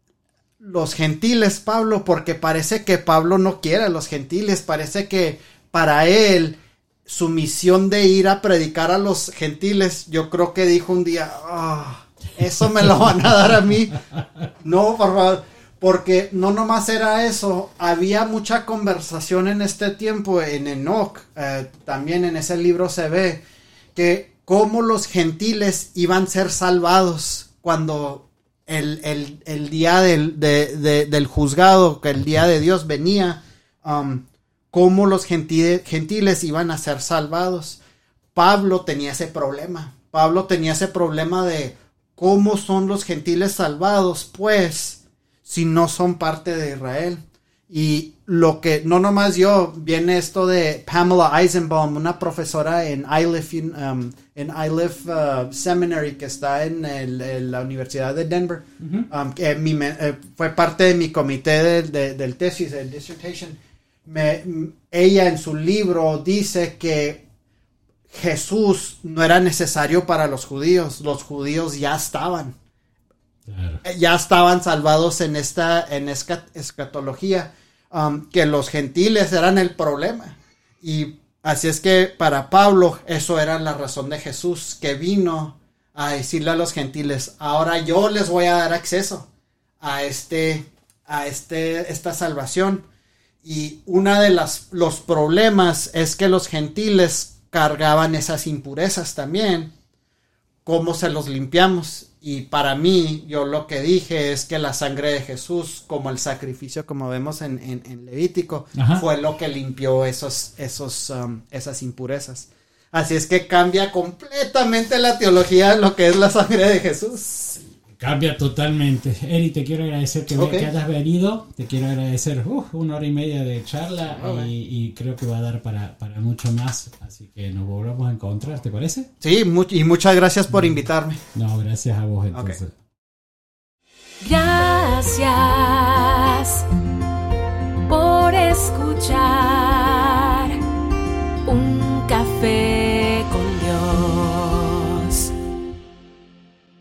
los gentiles Pablo, porque parece que Pablo no quiere a los gentiles, parece que para él su misión de ir a predicar a los gentiles, yo creo que dijo un día, oh, eso me lo van a dar a mí. No, por favor, porque no nomás era eso, había mucha conversación en este tiempo, en Enoch, eh, también en ese libro se ve que cómo los gentiles iban a ser salvados cuando el, el, el día del, de, de, del juzgado, que el día de Dios venía, um, cómo los gentiles, gentiles iban a ser salvados. Pablo tenía ese problema, Pablo tenía ese problema de cómo son los gentiles salvados, pues, si no son parte de Israel. Y lo que, no nomás yo, viene esto de Pamela Eisenbaum, una profesora en Iliff, um, en Iliff uh, Seminary, que está en, el, en la Universidad de Denver, uh-huh. um, que mi, eh, fue parte de mi comité de, de, del tesis, del dissertation. Me, ella en su libro dice que Jesús no era necesario para los judíos, los judíos ya estaban. Claro. Ya estaban salvados en esta en esta escatología, um, que los gentiles eran el problema. Y así es que para Pablo eso era la razón de Jesús, que vino a decirle a los gentiles, ahora yo les voy a dar acceso a este a este esta salvación. Y uno de las, los problemas es que los gentiles cargaban esas impurezas también. ¿Cómo se los limpiamos? Y para mí, yo lo que dije es que la sangre de Jesús, como el sacrificio, como vemos en, en, en Levítico, Ajá. fue lo que limpió esos, esos, um, esas impurezas. Así es que cambia completamente la teología de lo que es la sangre de Jesús. Cambia totalmente. Eri, te quiero agradecer que, okay. que hayas venido. Te quiero agradecer uh, una hora y media de charla okay. y, y creo que va a dar para, para mucho más. Así que nos volvemos a encontrar, ¿te parece? Sí, mu- y muchas gracias por invitarme. No, gracias a vos entonces. Okay.